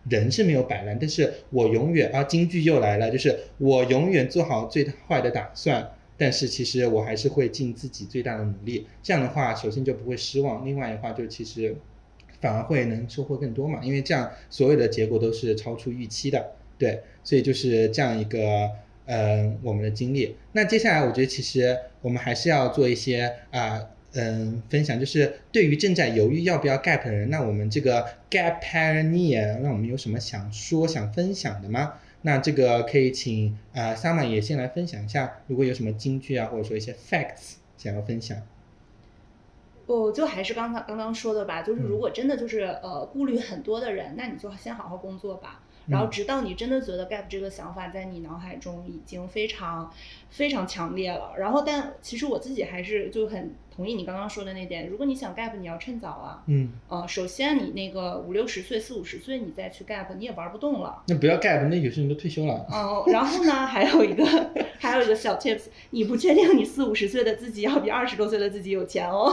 Speaker 1: 人是没有摆烂，但是我永远京剧又来了，就是我永远做好最坏的打算，但是其实我还是会尽自己最大的努力。这样的话，首先就不会失望，另外的话就其实反而会能收获更多嘛，因为这样所有的结果都是超出预期的。对，所以就是这样一个我们的经历。那接下来我觉得其实我们还是要做一些分享，就是对于正在犹豫要不要 gap 的人，那我们这个 gap pioneer， 那我们有什么想说想分享的吗？那这个可以请Sama 也先来分享一下，如果有什么金句啊，或者说一些 facts 想要分享。
Speaker 2: 就还是刚刚说的吧，就是如果真的就是顾虑很多的人，那你就先好好工作吧。然后直到你真的觉得 gap 这个想法在你脑海中已经非常非常强烈了，然后但其实我自己还是就很同意你刚刚说的那点，如果你想 gap 你要趁早啊。首先你那个50-60岁40-50岁你再去 gap 你也玩不动了，那
Speaker 1: 不要 gap， 那有些人都退休了。
Speaker 2: 然后呢还有一个小 tips， 你不确定你40-50岁的自己要比20多岁的自己有钱哦。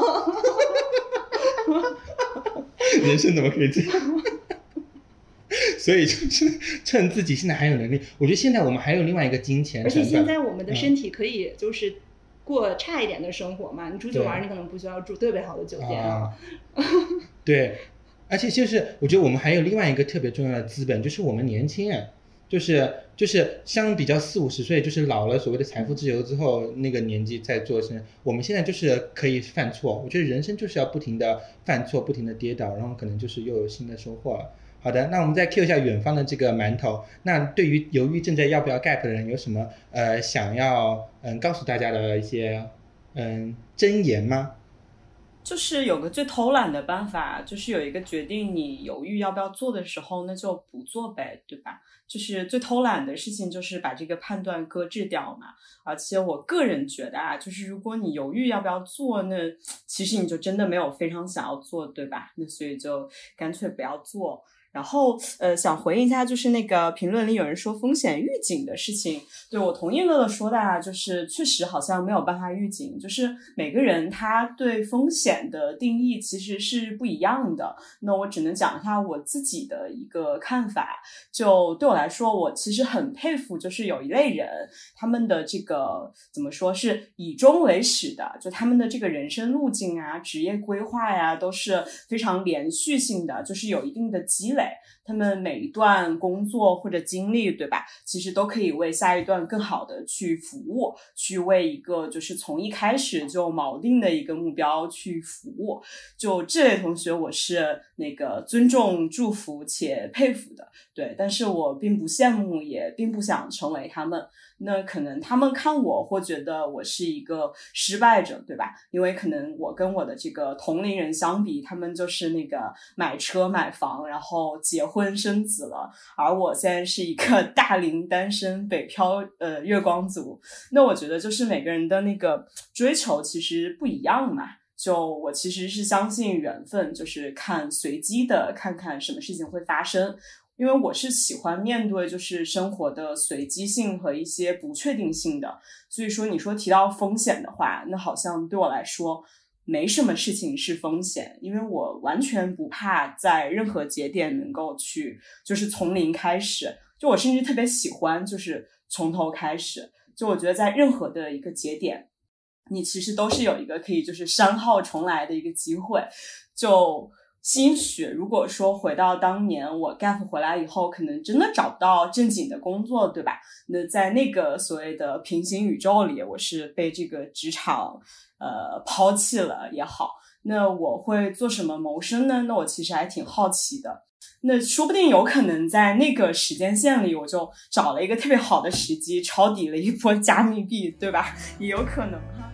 Speaker 1: 人生怎么可以这样？所以就是趁自己现在还有能力，我觉得现在我们还有另外一个金钱成本，
Speaker 2: 而且现在我们的身体可以就是过差一点的生活嘛，你出去玩你可能不需要住特别好的酒店
Speaker 1: 对，而且就是我觉得我们还有另外一个特别重要的资本，就是我们年轻人，就是相比较40-50岁，就是老了所谓的财富自由之后那个年纪在做事，我们现在就是可以犯错，我觉得人生就是要不停的犯错，不停的跌倒，然后可能就是又有新的收获了。好的，那我们再 cue 一下远方的这个馒头，那对于犹豫正在要不要 gap 的人有什么想要告诉大家的一些箴言吗？
Speaker 4: 就是有个最偷懒的办法，就是有一个决定你犹豫要不要做的时候，那就不做呗，对吧？就是最偷懒的事情就是把这个判断搁置掉嘛。而且我个人觉得啊，就是如果你犹豫要不要做，那其实你就真的没有非常想要做，对吧？那所以就干脆不要做。然后想回应一下，就是那个评论里有人说风险预警的事情，对，我同意乐乐说的啊，就是确实好像没有办法预警，就是每个人他对风险的定义其实是不一样的。那我只能讲一下我自己的一个看法，就对我来说，我其实很佩服，就是有一类人，他们的这个怎么说是以终为始的，就他们的这个人生路径啊、职业规划呀，都是非常连续性的，就是有一定的积累。他们每一段工作或者经历，对吧，其实都可以为下一段更好的去服务，去为一个就是从一开始就锚定的一个目标去服务。就这类同学我是那个尊重祝福且佩服的，对，但是我并不羡慕也并不想成为他们。那可能他们看我会觉得我是一个失败者，对吧？因为可能我跟我的这个同龄人相比，他们就是那个买车买房然后结婚生子了，而我现在是一个大龄单身北漂月光族。那我觉得就是每个人的那个追求其实不一样嘛，就我其实是相信缘分，就是看随机的看看什么事情会发生。因为我是喜欢面对就是生活的随机性和一些不确定性的，所以说你说提到风险的话，那好像对我来说没什么事情是风险，因为我完全不怕在任何节点能够去就是从零开始，就我甚至特别喜欢就是从头开始，就我觉得在任何的一个节点你其实都是有一个可以就是删号重来的一个机会。就兴许如果说回到当年我 gap 回来以后可能真的找不到正经的工作，对吧？那在那个所谓的平行宇宙里，我是被这个职场抛弃了也好，那我会做什么谋生呢？那我其实还挺好奇的。那说不定有可能在那个时间线里我就找了一个特别好的时机抄底了一波加密币，对吧？也有可能哈。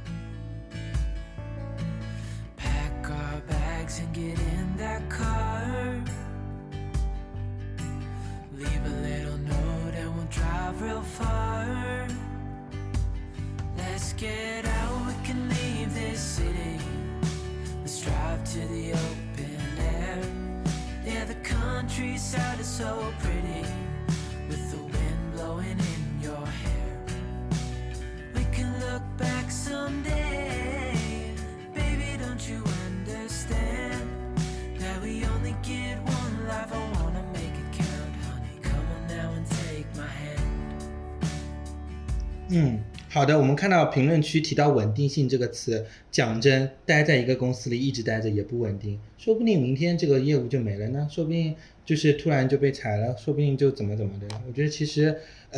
Speaker 5: And get in that car, leave a little note and we'll drive real far. Let's get out, we can leave this city. Let's drive to the open air. Yeah, the countryside is so pretty, with the wind blowing in your hair. We can look back someday, baby, don't you understand that we only get one life? I wanna make it count.
Speaker 1: 好的，我们看到评论区提到稳定性这个词，讲真，待在一个公司里一直待着也不稳定，说不定明天这个业务就没了呢，说不定就是突然就被裁了，说不定就怎么的。我觉得其实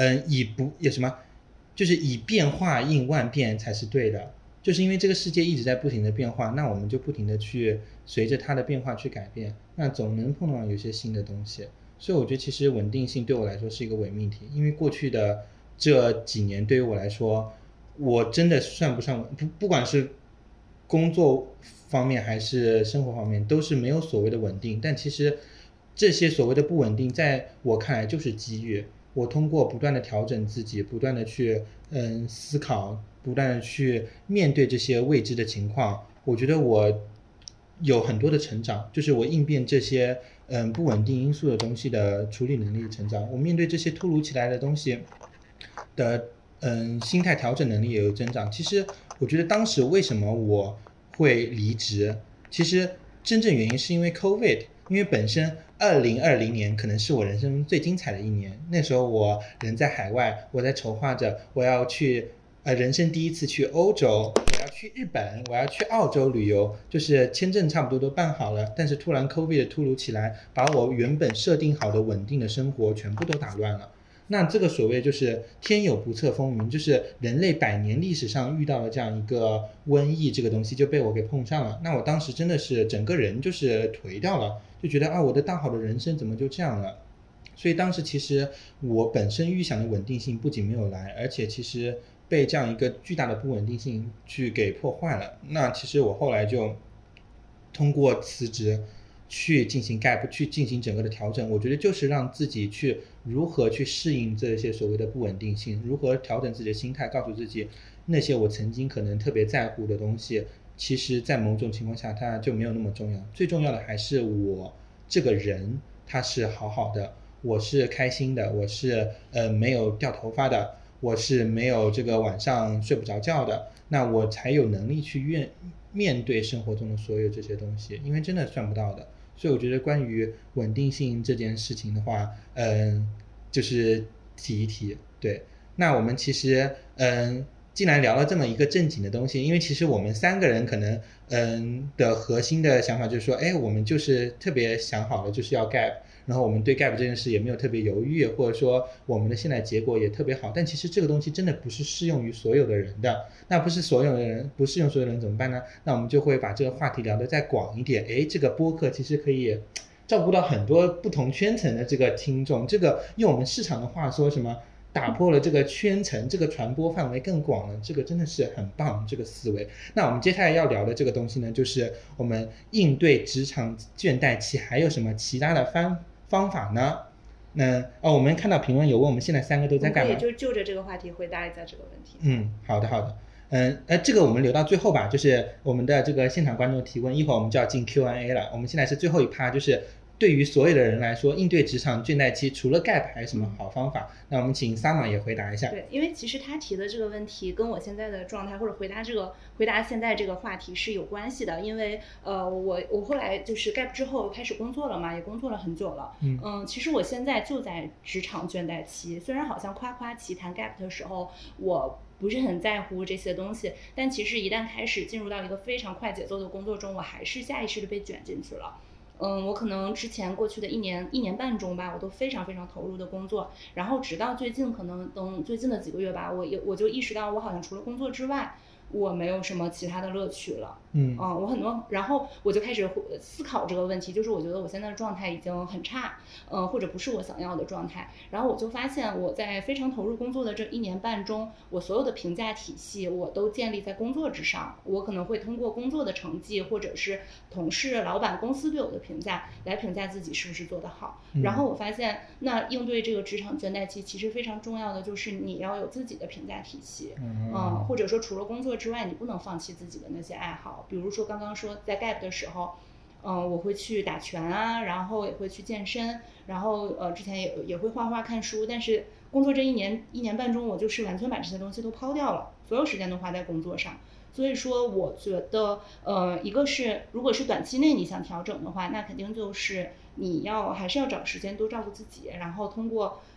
Speaker 1: 就是以变化应万变才是对的，就是因为这个世界一直在不停的变化，那我们就不停的去随着它的变化去改变，那总能碰到有些新的东西。所以我觉得其实稳定性对我来说是一个伪命题，因为过去的这几年对于我来说，我真的算不上不管是工作方面还是生活方面都是没有所谓的稳定，但其实这些所谓的不稳定在我看来就是机遇。我通过不断的调整自己，不断的去思考，不断的去面对这些未知的情况，我觉得我有很多的成长，就是我应变这些不稳定因素的东西的处理能力的成长，我面对这些突如其来的东西的心态调整能力也有增长。其实我觉得当时为什么我会离职，其实真正原因是因为 COVID， 因为本身2020年可能是我人生最精彩的一年，那时候我人在海外，我在筹划着我要去人生第一次去欧洲，我要去日本，我要去澳洲旅游，就是签证差不多都办好了，但是突然 COVID 突如其来，把我原本设定好的稳定的生活全部都打乱了。那这个所谓就是天有不测风云，就是人类100年历史上遇到了这样一个瘟疫，这个东西就被我给碰上了。那我当时真的是整个人就是颓掉了，就觉得我的大好的人生怎么就这样了。所以当时其实我本身预想的稳定性不仅没有来，而且其实被这样一个巨大的不稳定性去给破坏了。那其实我后来就通过辞职去进行 gap， 去进行整个的调整，我觉得就是让自己去如何去适应这些所谓的不稳定性，如何调整自己的心态，告诉自己那些我曾经可能特别在乎的东西，其实在某种情况下它就没有那么重要，最重要的还是我这个人他是好好的，我是开心的，我是没有掉头发的，我是没有这个晚上睡不着觉的，那我才有能力去面对生活中的所有这些东西，因为真的算不到的。所以我觉得关于稳定性这件事情的话，就是提一提。对，那我们其实既然聊了这么一个正经的东西，因为其实我们3个人可能的核心的想法就是说，我们就是特别想好了就是要 gap， 然后我们对 gap 这件事也没有特别犹豫，或者说我们的现在结果也特别好，但其实这个东西真的不是适用于所有的人的。那不适用所有的人怎么办呢？那我们就会把这个话题聊得再广一点，这个播客其实可以照顾到很多不同圈层的这个听众，这个用我们市场的话说什么打破了这个圈层，这个传播范围更广了，这个真的是很棒，这个思维。那我们接下来要聊的这个东西呢，就是我们应对职场倦怠期还有什么其他的方法呢？那我们看到评论有问我们现在3个都在干嘛，
Speaker 2: 也就着这个话题回答一下这个问题。
Speaker 1: 好的。这个我们留到最后吧，就是我们的这个现场观众提问，一会儿我们就要进 Q&A 了。我们现在是最后一趴，就是对于所有的人来说，应对职场倦怠期除了 gap 还有什么好方法？那我们请 Sama 也回答一下。
Speaker 2: 对，因为其实他提的这个问题跟我现在的状态或者回答现在这个话题是有关系的，因为我后来就是 gap 之后开始工作了嘛，也工作了很久了。其实我现在就在职场倦怠期，虽然好像夸其谈 gap 的时候我不是很在乎这些东西，但其实一旦开始进入到一个非常快节奏的工作中，我还是下意识的被卷进去了。我可能之前过去的一年半中吧，我都非常非常投入的工作，然后直到最近，可能等最近的几个月吧，我就意识到我好像除了工作之外，我没有什么其他的乐趣了。我很多，然后我就开始思考这个问题，就是我觉得我现在的状态已经很差，或者不是我想要的状态。然后我就发现我在非常投入工作的这1年半中，我所有的评价体系我都建立在工作之上。我可能会通过工作的成绩，或者是同事、老板、公司对我的评价来评价自己是不是做得好。然后我发现，那应对这个职场倦怠期，其实非常重要的就是你要有自己的评价体系，或者说除了工作之外，你不能放弃自己的那些爱好。比如说刚刚说在 gap 的时候，我会去打拳啊，然后也会去健身，然后之前也会画画看书，但是工作这一年半中，我就是完全把这些东西都抛掉了，所有时间都花在工作上。所以说我觉得一个是如果是短期内你想调整的话，那肯定就是你还是要找时间多照顾自己，然后通过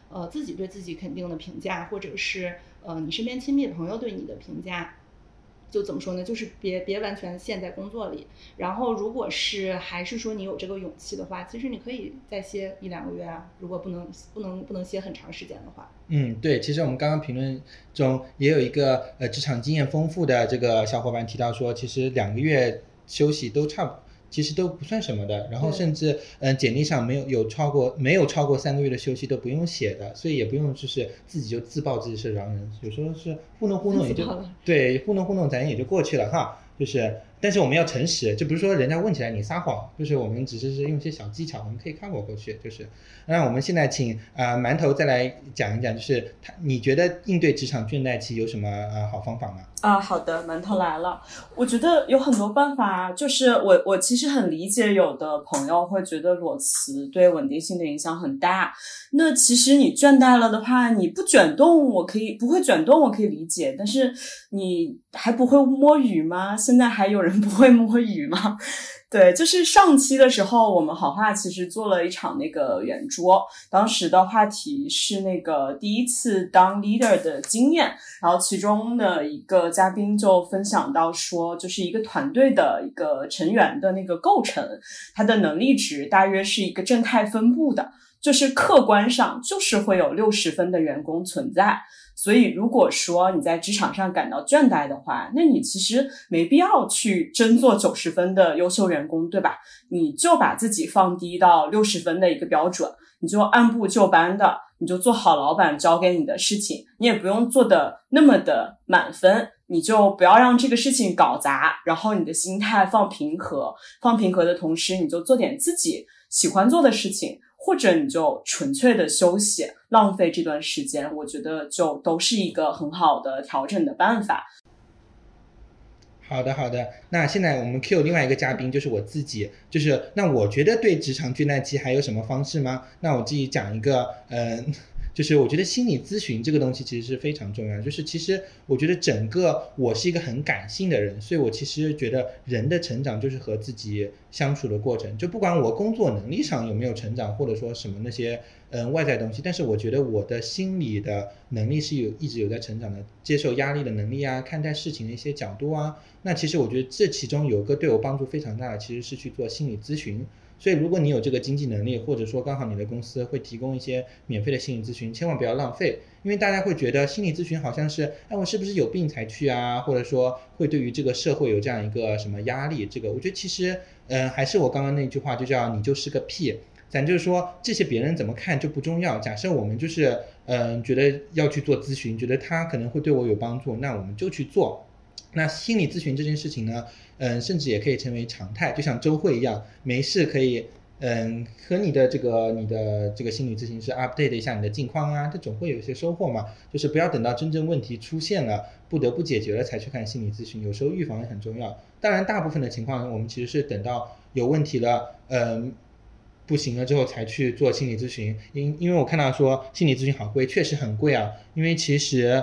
Speaker 2: 自己对自己肯定的评价，或者是你身边亲密的朋友对你的评价。就怎么说呢，就是别完全陷在工作里，然后如果是还是说你有这个勇气的话，其实你可以再歇1-2个月啊，如果不能歇很长时间的话。
Speaker 1: 对，其实我们刚刚评论中也有一个职场经验丰富的这个小伙伴提到说，其实2个月休息都其实都不算什么的，然后甚至简历上没有超过3个月的休息都不用写的，所以也不用就是自己就自曝自己是狼人，有时候是糊弄也就对，糊弄咱也就过去了哈。就是但是我们要诚实，就不是说人家问起来你撒谎，就是我们只是用一些小技巧，我们可以看过去。就是那我们现在请馒头再来讲一讲，就是你觉得应对职场倦怠期有什么好方法吗？
Speaker 4: 好的，馒头来了。我觉得有很多办法，就是我其实很理解有的朋友会觉得裸辞对稳定性的影响很大。那其实你倦怠了的话，你不会卷动我可以理解，但是你还不会摸鱼吗？现在还有人不会摸鱼吗？对，就是上期的时候我们好话其实做了一场那个圆桌，当时的话题是那个第一次当 leader 的经验，然后其中的一个嘉宾就分享到说，就是一个团队的一个成员的那个构成，他的能力值大约是一个正态分布的，就是客观上就是会有60分的员工存在。所以如果说你在职场上感到倦怠的话，那你其实没必要去争做90分的优秀员工，对吧？你就把自己放低到60分的一个标准，你就按部就班的，你就做好老板交给你的事情，你也不用做的那么的满分，你就不要让这个事情搞砸，然后你的心态放平和的同时，你就做点自己喜欢做的事情，或者你就纯粹的休息，浪费这段时间，我觉得就都是一个很好的调整的办法。
Speaker 1: 好的，那现在我们 Q 另外一个嘉宾，就是我自己，就是那我觉得对职场倦怠期还有什么方式吗？那我自己讲一个，就是我觉得心理咨询这个东西其实是非常重要，就是其实我觉得我是一个很感性的人，所以我其实觉得人的成长就是和自己相处的过程，就不管我工作能力上有没有成长，或者说什么那些外在东西，但是我觉得我的心理的能力是一直有在成长的，接受压力的能力啊，看待事情的一些角度啊，那其实我觉得这其中有个对我帮助非常大的，其实是去做心理咨询。所以如果你有这个经济能力，或者说刚好你的公司会提供一些免费的心理咨询，千万不要浪费，因为大家会觉得心理咨询好像是我是不是有病才去啊，或者说会对于这个社会有这样一个什么压力，这个我觉得其实还是我刚刚那句话，就叫你就是个屁，咱就是说这些别人怎么看就不重要，假设我们就是觉得要去做咨询，觉得他可能会对我有帮助，那我们就去做。那心理咨询这件事情呢，甚至也可以成为常态，就像周会一样，没事可以和你的这个心理咨询师 update 一下你的近况啊，这总会有一些收获嘛。就是不要等到真正问题出现了，不得不解决了才去看心理咨询，有时候预防也很重要。当然大部分的情况我们其实是等到有问题了不行了之后才去做心理咨询，因为我看到说心理咨询好贵，确实很贵啊，因为其实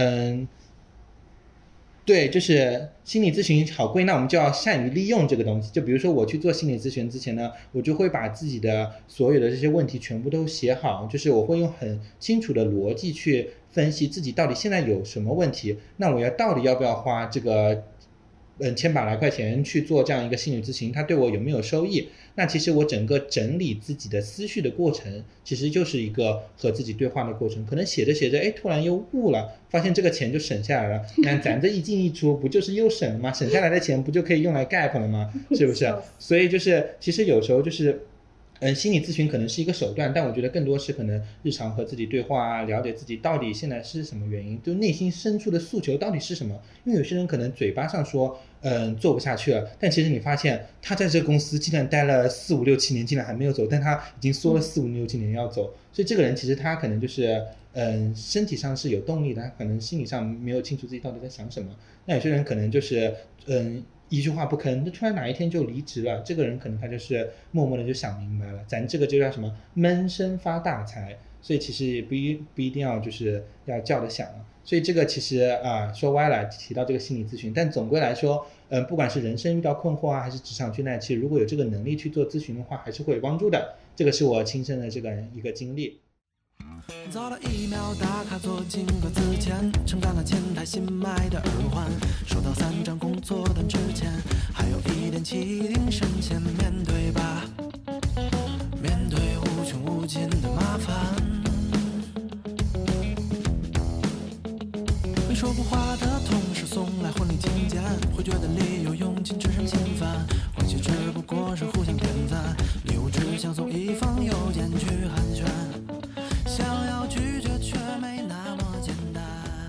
Speaker 1: 对，就是心理咨询好贵，那我们就要善于利用这个东西。就比如说我去做心理咨询之前呢，我就会把自己的所有的这些问题全部都写好，就是我会用很清楚的逻辑去分析自己到底现在有什么问题，那我到底要不要花这个千把来块钱去做这样一个心理咨询，它对我有没有收益？那其实我整个整理自己的思绪的过程，其实就是一个和自己对话的过程。可能写着写着，突然又悟了，发现这个钱就省下来了。那咱这一进一出，不就是又省了吗？省下来的钱不就可以用来 gap 了吗？是不是？所以就是其实有时候就是心理咨询可能是一个手段，但我觉得更多是可能日常和自己对话啊，了解自己到底现在是什么原因，就内心深处的诉求到底是什么。因为有些人可能嘴巴上说做不下去了，但其实你发现他在这个公司竟然待了4、5、6、7年，竟然还没有走，但他已经说了4、5、6、7年要走，所以这个人其实他可能就是身体上是有动力的，他可能心理上没有清楚自己到底在想什么。那有些人可能就是一句话不吭，就突然哪一天就离职了，这个人可能他就是默默的就想明白了，咱这个就叫什么闷声发大财。所以其实也不一定要就是要叫得响了。所以这个其实说歪了，提到这个心理咨询，但总归来说不管是人生遇到困惑啊，还是职场倦怠期，如果有这个能力去做咨询的话，还是会有帮助的。这个是我亲身的这个一个经历。
Speaker 5: 早了1秒打卡做进格子前，承担了前台新买的耳环，收到3张工作单之前，还有一点气定神闲，面对吧，面对无穷无尽的麻烦。没说过话的同事送来婚礼请柬，会觉得理由用尽只剩心烦，关系只不过是互相点赞，礼物只想送一封邮件去寒暄，想要拒绝却没那么简单。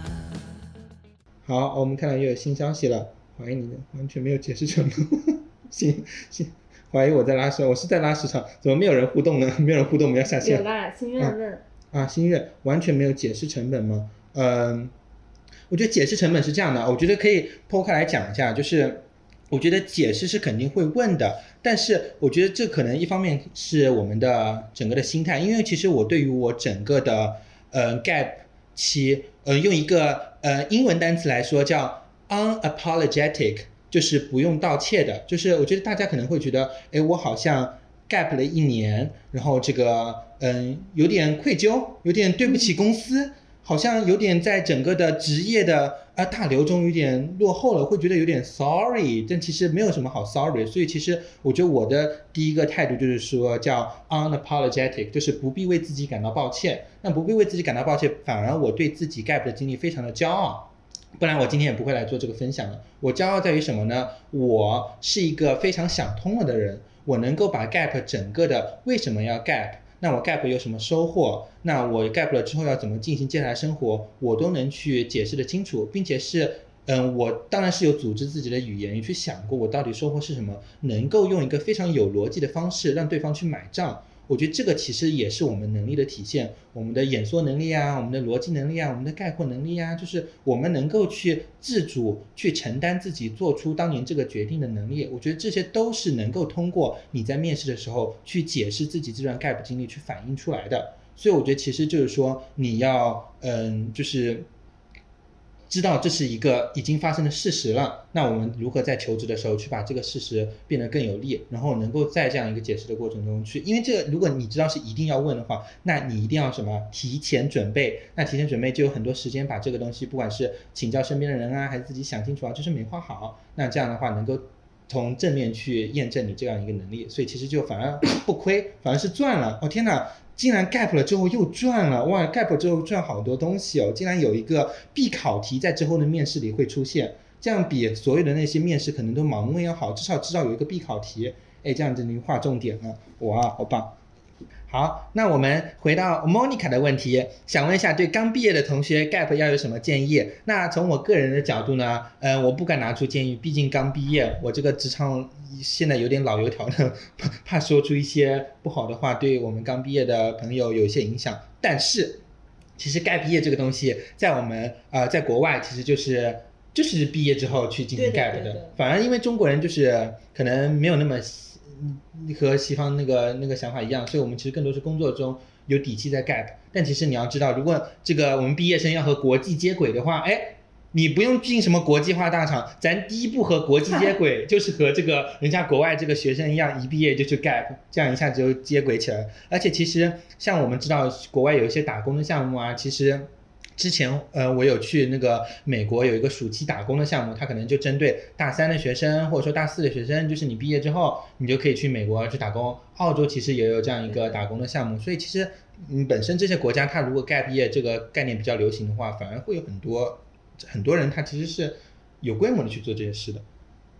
Speaker 1: 好，我们看到又有新消息了，怀疑你的完全没有解释成功。行，怀疑我在拉屎，我是在拉屎场，怎么没有人互动呢？没有人互动，我们要下线。
Speaker 2: 有啦，心愿问
Speaker 1: 新月完全没有解释成本吗？我觉得解释成本是这样的，我觉得可以剖开来讲一下，就是我觉得解释是肯定会问的，但是我觉得这可能一方面是我们的整个的心态，因为其实我对于我整个的gap 期用一个英文单词来说叫 unapologetic， 就是不用道歉的，就是我觉得大家可能会觉得我好像 gap 了1年，然后这个有点愧疚，有点对不起公司，好像有点在整个的职业的大流中有点落后了，会觉得有点 sorry， 但其实没有什么好 sorry， 所以其实我觉得我的第一个态度就是说叫 unapologetic， 就是不必为自己感到抱歉。那不必为自己感到抱歉，反而我对自己 gap 的经历非常的骄傲，不然我今天也不会来做这个分享了。我骄傲在于什么呢？我是一个非常想通了的人，我能够把 gap 整个的为什么要 gap，那我 gap 有什么收获，那我 gap 了之后要怎么进行接下来生活，我都能去解释得清楚，并且是我当然是有组织自己的语言，也去想过我到底收获是什么，能够用一个非常有逻辑的方式让对方去买账。我觉得这个其实也是我们能力的体现，我们的演说能力啊，我们的逻辑能力啊，我们的概括能力啊，就是我们能够去自主去承担自己做出当年这个决定的能力。我觉得这些都是能够通过你在面试的时候去解释自己这段 gap 经历去反映出来的。所以我觉得其实就是说你要就是知道这是一个已经发生的事实了，那我们如何在求职的时候去把这个事实变得更有利，然后能够在这样一个解释的过程中去，因为这个如果你知道是一定要问的话，那你一定要什么提前准备，那提前准备就有很多时间把这个东西不管是请教身边的人啊，还是自己想清楚啊，就是美化好，那这样的话能够从正面去验证你这样一个能力，所以其实就反而不亏，反而是赚了。天哪，竟然 gap 了之后又赚了，哇 gap 之后赚好多东西哦，竟然有一个必考题在之后的面试里会出现，这样比所有的那些面试可能都盲问要好，至少知道有一个必考题，这样子你划重点了，哇好棒。好，那我们回到 Monica 的问题，想问一下对刚毕业的同学 gap 要有什么建议。那从我个人的角度呢，我不敢拿出建议，毕竟刚毕业，我这个职场现在有点老油条的，怕说出一些不好的话，对我们刚毕业的朋友有一些影响。但是其实 gap 毕业这个东西在我们在国外其实就是毕业之后去进行 gap 的，对，反而因为中国人就是可能没有那么和西方那个想法一样，所以我们其实更多是工作中有底气在 gap。 但其实你要知道，如果这个我们毕业生要和国际接轨的话，你不用进什么国际化大厂，咱第一步和国际接轨就是和这个人家国外这个学生一样，一毕业就去 gap， 这样一下子就接轨起来。而且其实像我们知道国外有一些打工的项目啊，其实之前我有去那个美国有一个暑期打工的项目，它可能就针对大3的学生或者说大4的学生，就是你毕业之后你就可以去美国去打工，澳洲其实也有这样一个打工的项目。所以其实本身这些国家它如果 gap 毕业这个概念比较流行的话，反而会有很多人他其实是有规模的去做这些事的。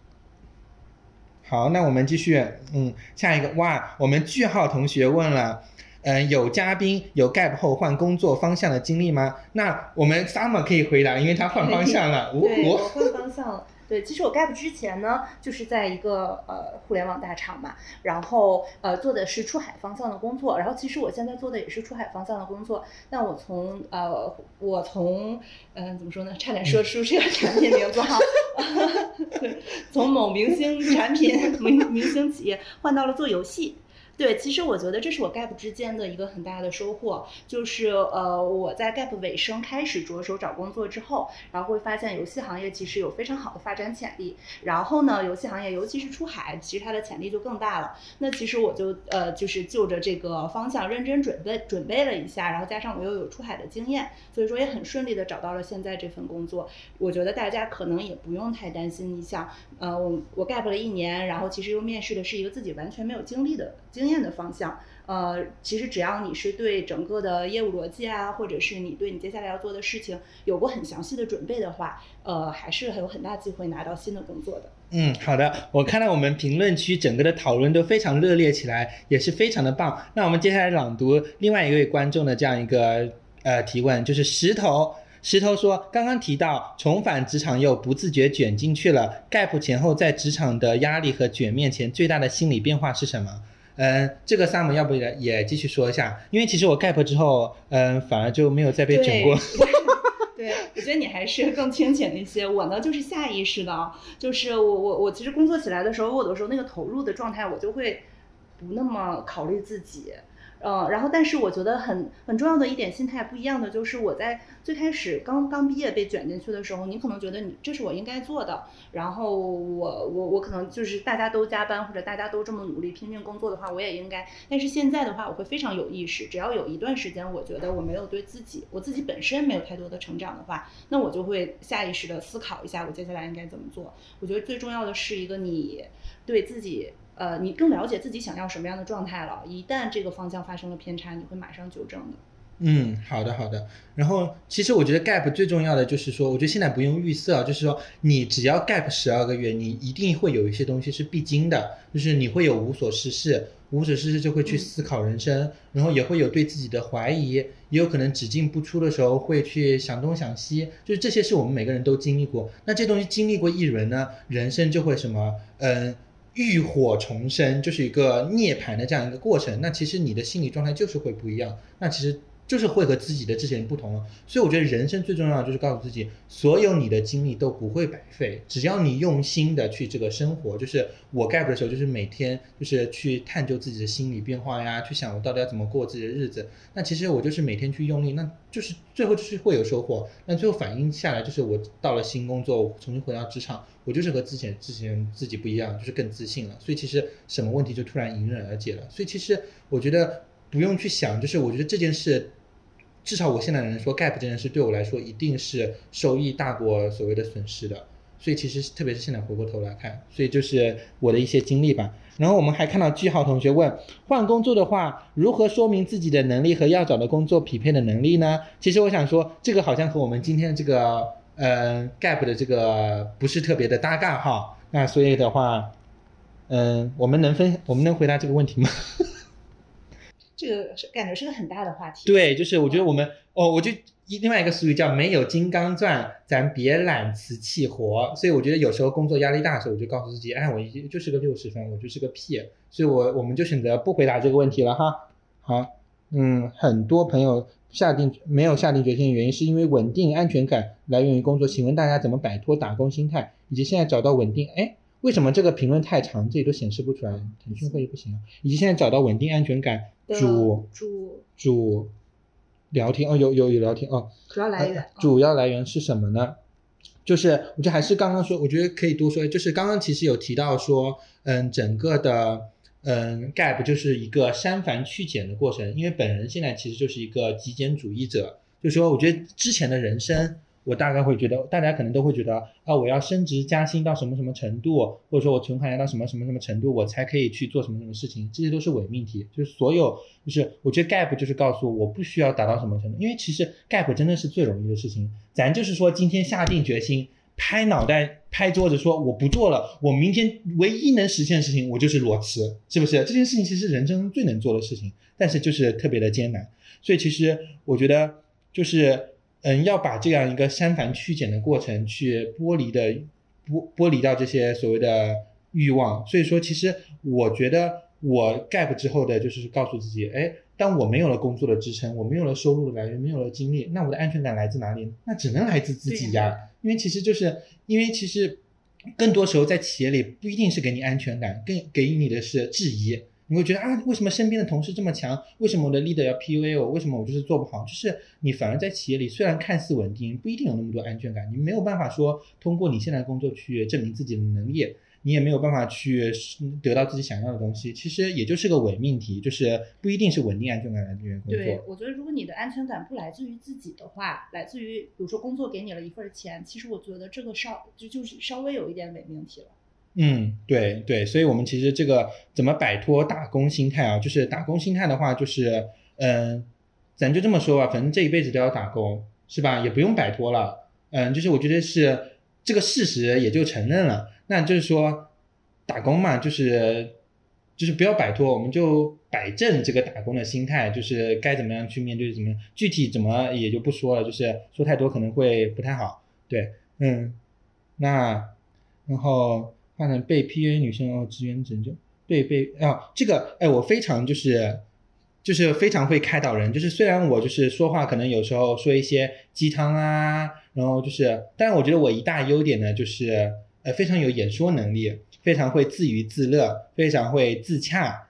Speaker 1: 好，那我们继续下一个，哇，我们句号同学问了有嘉宾有 gap 后换工作方向的经历吗？那我们 Summer 可以回答，因为他换方向了。
Speaker 2: 对，我换方向了。对，其实我 gap 之前呢，就是在一个互联网大厂嘛，然后做的是出海方向的工作，然后其实我现在做的也是出海方向的工作。那我从怎么说呢？差点说出这个产品名字哈，从某明星产品明星企业换到了做游戏。 对，其实我觉得这是我 gap 之间的一个很大的收获，就是我在 gap 尾声开始着手找工作之后，然后会发现游戏行业其实有非常好的发展潜力。然后呢，游戏行业尤其是出海，其实它的潜力就更大了。那其实我就是就着这个方向认真准备了一下，然后加上我又有出海的经验，所以说也很顺利的找到了现在这份工作。我觉得大家可能也不用太担心，你想，我 gap 了1年，然后其实又面试的是一个自己完全没有经验的方向，其实只要你是对整个的业务逻辑啊，或者是你对你接下来要做的事情有过很详细的准备的话，还是有很大机会拿到新的工作的。
Speaker 1: 好的，我看到我们评论区整个的讨论都非常热烈起来，也是非常的棒。那我们接下来朗读另外一位观众的这样一个提问，就是石头说，刚刚提到重返职场又不自觉卷进去了， gap 前后在职场的压力和卷面前最大的心理变化是什么？这个 Sam 要不也继续说一下？因为其实我 gap 之后反而就没有再被卷过。
Speaker 2: 对，我觉得你还是更清醒一些。我呢就是下意识的，就是我其实工作起来的时候，我有的时候那个投入的状态，我就会不那么考虑自己。然后但是我觉得很重要的一点心态不一样的就是我在最开始刚毕业被卷进去的时候，你可能觉得这是我应该做的，然后我可能就是大家都加班或者大家都这么努力拼命工作的话，我也应该。但是现在的话我会非常有意识，只要有一段时间我觉得我没有对我自己本身没有太多的成长的话，那我就会下意识的思考一下我接下来应该怎么做。我觉得最重要的是一个你对自己你更了解自己想要什么样的状态了，一旦这个方向发生了偏差，你会马上纠正的。
Speaker 1: 好的。然后其实我觉得 gap 最重要的就是说，我觉得现在不用预设，就是说你只要 gap 12个月，你一定会有一些东西是必经的，就是你会有无所事事就会去思考人生，然后也会有对自己的怀疑，也有可能只进不出的时候会去想东想西，就是这些是我们每个人都经历过。那这东西经历过一轮呢，人生就会什么浴火重生，就是一个涅槃的这样一个过程。那其实你的心理状态就是会不一样，那其实就是会和自己的之前不同了。所以我觉得人生最重要的就是告诉自己，所有你的经历都不会白费，只要你用心的去这个生活。就是我 gap 的时候，就是每天就是去探究自己的心理变化呀，去想我到底要怎么过自己的日子。那其实我就是每天去用力，那就是最后就是会有收获。那最后反映下来就是我到了新工作，我重新回到职场，我就是和之前自己不一样，就是更自信了。所以其实什么问题就突然迎刃而解了。所以其实我觉得不用去想，就是我觉得这件事，至少我现在能说 gap 这件事对我来说一定是收益大过所谓的损失的。所以其实特别是现在回过头来看，所以就是我的一些经历吧。然后我们还看到句号同学问，换工作的话如何说明自己的能力和要找的工作匹配的能力呢？其实我想说这个好像和我们今天这个gap 的这个不是特别的搭嘎哈。那所以的话我们能回答这个问题吗？
Speaker 2: 这个感觉是个很大的话题。对，
Speaker 1: 就是我觉得我们我就另外一个俗语叫没有金刚钻咱别揽瓷器活。所以我觉得有时候工作压力大的时候，我就告诉自己，我就是个60分，我就是个屁。所以我们就选择不回答这个问题了哈。好，很多朋友没有下定决心的原因是因为稳定安全感来源于工作。请问大家怎么摆脱打工心态，以及现在找到稳定为什么这个评论太长，这里都显示不出来，腾讯会议不行以及现在找到稳定安全感主聊天有聊天主要来源是什么呢？就是我觉得还是刚刚说，我觉得可以多说，就是刚刚其实有提到说整个的gap 就是一个删繁去简的过程。因为本人现在其实就是一个极简主义者，就是说我觉得之前的人生我大概会觉得，大家可能都会觉得我要升职加薪到什么什么程度，或者说我存款要到什么什么什么程度，我才可以去做什么什么事情，这些都是伪命题。就是所有就是我觉得 gap 就是告诉我不需要达到什么程度，因为其实 gap 真的是最容易的事情。咱就是说今天下定决心拍脑袋拍桌子说我不做了，我明天唯一能实现的事情我就是裸辞，是不是？这件事情其实人生最能做的事情，但是就是特别的艰难。所以其实我觉得就是要把这样一个删繁去简的过程去剥离到这些所谓的欲望。所以说其实我觉得我 gap 之后的就是告诉自己，当我没有了工作的支撑，我没有了收入的来源，没有了精力，那我的安全感来自哪里？那只能来自自己呀。因为其实更多时候在企业里不一定是给你安全感，更给你的是质疑。 你会觉得啊，为什么身边的同事这么强？为什么我的 leader 要 PUA 我？为什么我就是做不好？就是你反而在企业里虽然看似稳定，不一定有那么多安全感，你没有办法说通过你现在的工作去证明自己的能力，你也没有办法去得到自己想要的东西，其实也就是个伪命题，就是不一定是稳定安全感来源工作。
Speaker 2: 对，我觉得如果你的安全感不来自于自己的话，来自于比如说工作给你了一份钱，其实我觉得这个就是稍微有一点伪命题了。
Speaker 1: 对对，所以我们其实这个怎么摆脱打工心态啊？就是打工心态的话，就是咱就这么说吧，反正这一辈子都要打工，是吧？也不用摆脱了。就是我觉得是这个事实也就承认了。那就是说，打工嘛，就是不要摆脱，我们就摆正这个打工的心态，就是该怎么样去面对怎么样，具体怎么也就不说了，就是说太多可能会不太好。对，那然后换成被 PUA 女生支援拯救，这个我非常就是非常会开导人，就是虽然我就是说话可能有时候说一些鸡汤啊，然后就是但是我觉得我一大优点呢就是非常有演说能力，非常会自娱自乐，非常会自洽，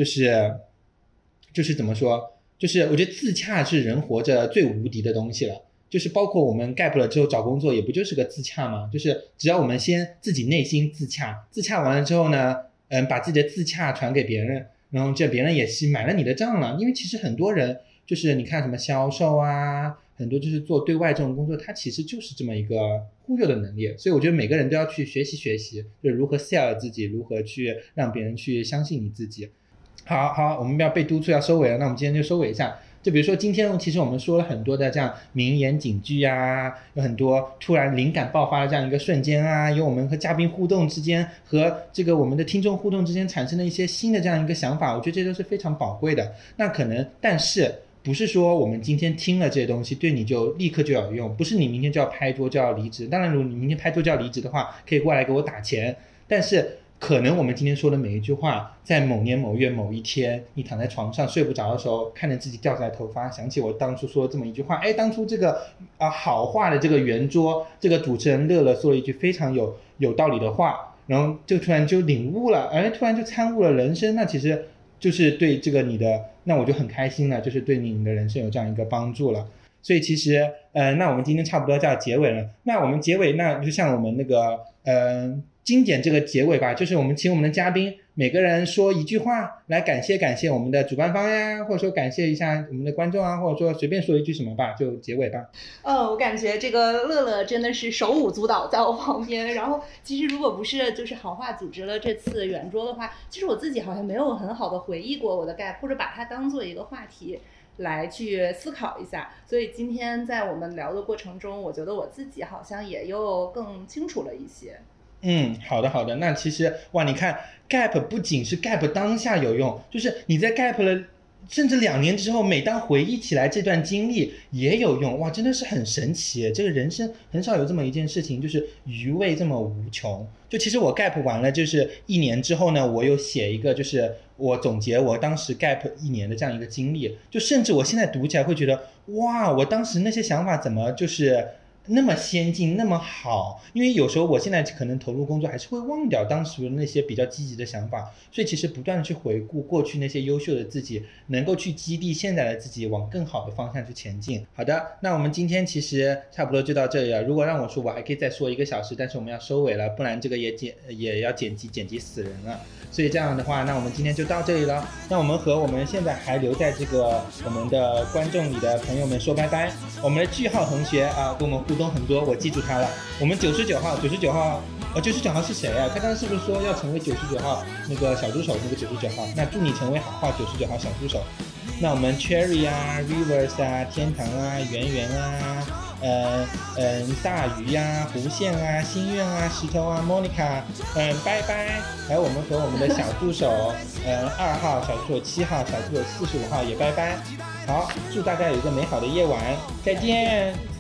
Speaker 1: 就是怎么说，就是我觉得自洽是人活着最无敌的东西了。就是包括我们 gap 了之后找工作也不就是个自洽吗？就是只要我们先自己内心自洽，自洽完了之后呢把自己的自洽传给别人，然后这别人也是买了你的账了。因为其实很多人就是你看什么销售啊，很多就是做对外这种工作，它其实就是这么一个忽悠的能力。所以我觉得每个人都要去学习学习，就是如何 sell 自己，如何去让别人去相信你自己。好，我们要被督促要收尾了，那我们今天就收尾一下。就比如说今天其实我们说了很多的这样名言警句啊，有很多突然灵感爆发的这样一个瞬间啊，有我们和嘉宾互动之间和这个我们的听众互动之间产生的一些新的这样一个想法，我觉得这都是非常宝贵的。那可能但是不是说我们今天听了这些东西对你就立刻就要用，不是你明天就要拍桌就要离职。当然如果你明天拍桌就要离职的话，可以过来给我打钱，但是可能我们今天说的每一句话，在某年某月某一天你躺在床上睡不着的时候，看着自己掉下来头发，想起我当初说的这么一句话，当初这个好话的这个圆桌，这个主持人乐说了一句非常有道理的话，然后就突然就领悟了，突然就参悟了人生，那其实就是对这个你的，那我就很开心了，就是对你的人生有这样一个帮助了。所以其实那我们今天差不多就要结尾了。那我们结尾那就像我们那个经典这个结尾吧，就是我们请我们的嘉宾每个人说一句话来感谢我们的主办方呀，或者说感谢一下我们的观众啊，或者说随便说一句什么吧，就结尾吧。
Speaker 2: 我感觉这个乐乐真的是手舞足蹈在我旁边。然后其实如果不是就是好话组织了这次圆桌的话，其实我自己好像没有很好的回忆过我的 gap， 或者把它当做一个话题来去思考一下。所以今天在我们聊的过程中，我觉得我自己好像也又更清楚了一些。
Speaker 1: 好的。那其实哇，你看 gap 不仅是 gap 当下有用，就是你在 gap 了甚至2年之后，每当回忆起来这段经历也有用。哇，真的是很神奇，这个人生很少有这么一件事情，就是余味这么无穷。就其实我 gap 完了就是1年之后呢，我有写一个就是我总结我当时 gap 1年的这样一个经历，就甚至我现在读起来会觉得哇，我当时那些想法怎么就是那么先进那么好。因为有时候我现在可能投入工作还是会忘掉当时那些比较积极的想法，所以其实不断的去回顾过去那些优秀的自己，能够去激励现在的自己往更好的方向去前进。好的，那我们今天其实差不多就到这里了。如果让我说我还可以再说1个小时，但是我们要收尾了，不然这个也要剪辑死人了。所以这样的话，那我们今天就到这里了。那我们和我们现在还留在这个我们的观众里的朋友们说拜拜。我们的句号同学跟我们互动很多，我记住他了。我们99号是谁啊？他刚刚是不是说要成为99号那个小助手？那个99号，那祝你成为好话99号小助手。那我们 Cherry 啊 Rivers 啊天堂啊圆圆啊大鱼啊弧线啊心愿啊石头啊 Monica 拜拜。还有我们和我们的小助手2号小助手7号小助手45号也拜拜。好，祝大家有一个美好的夜晚，再见。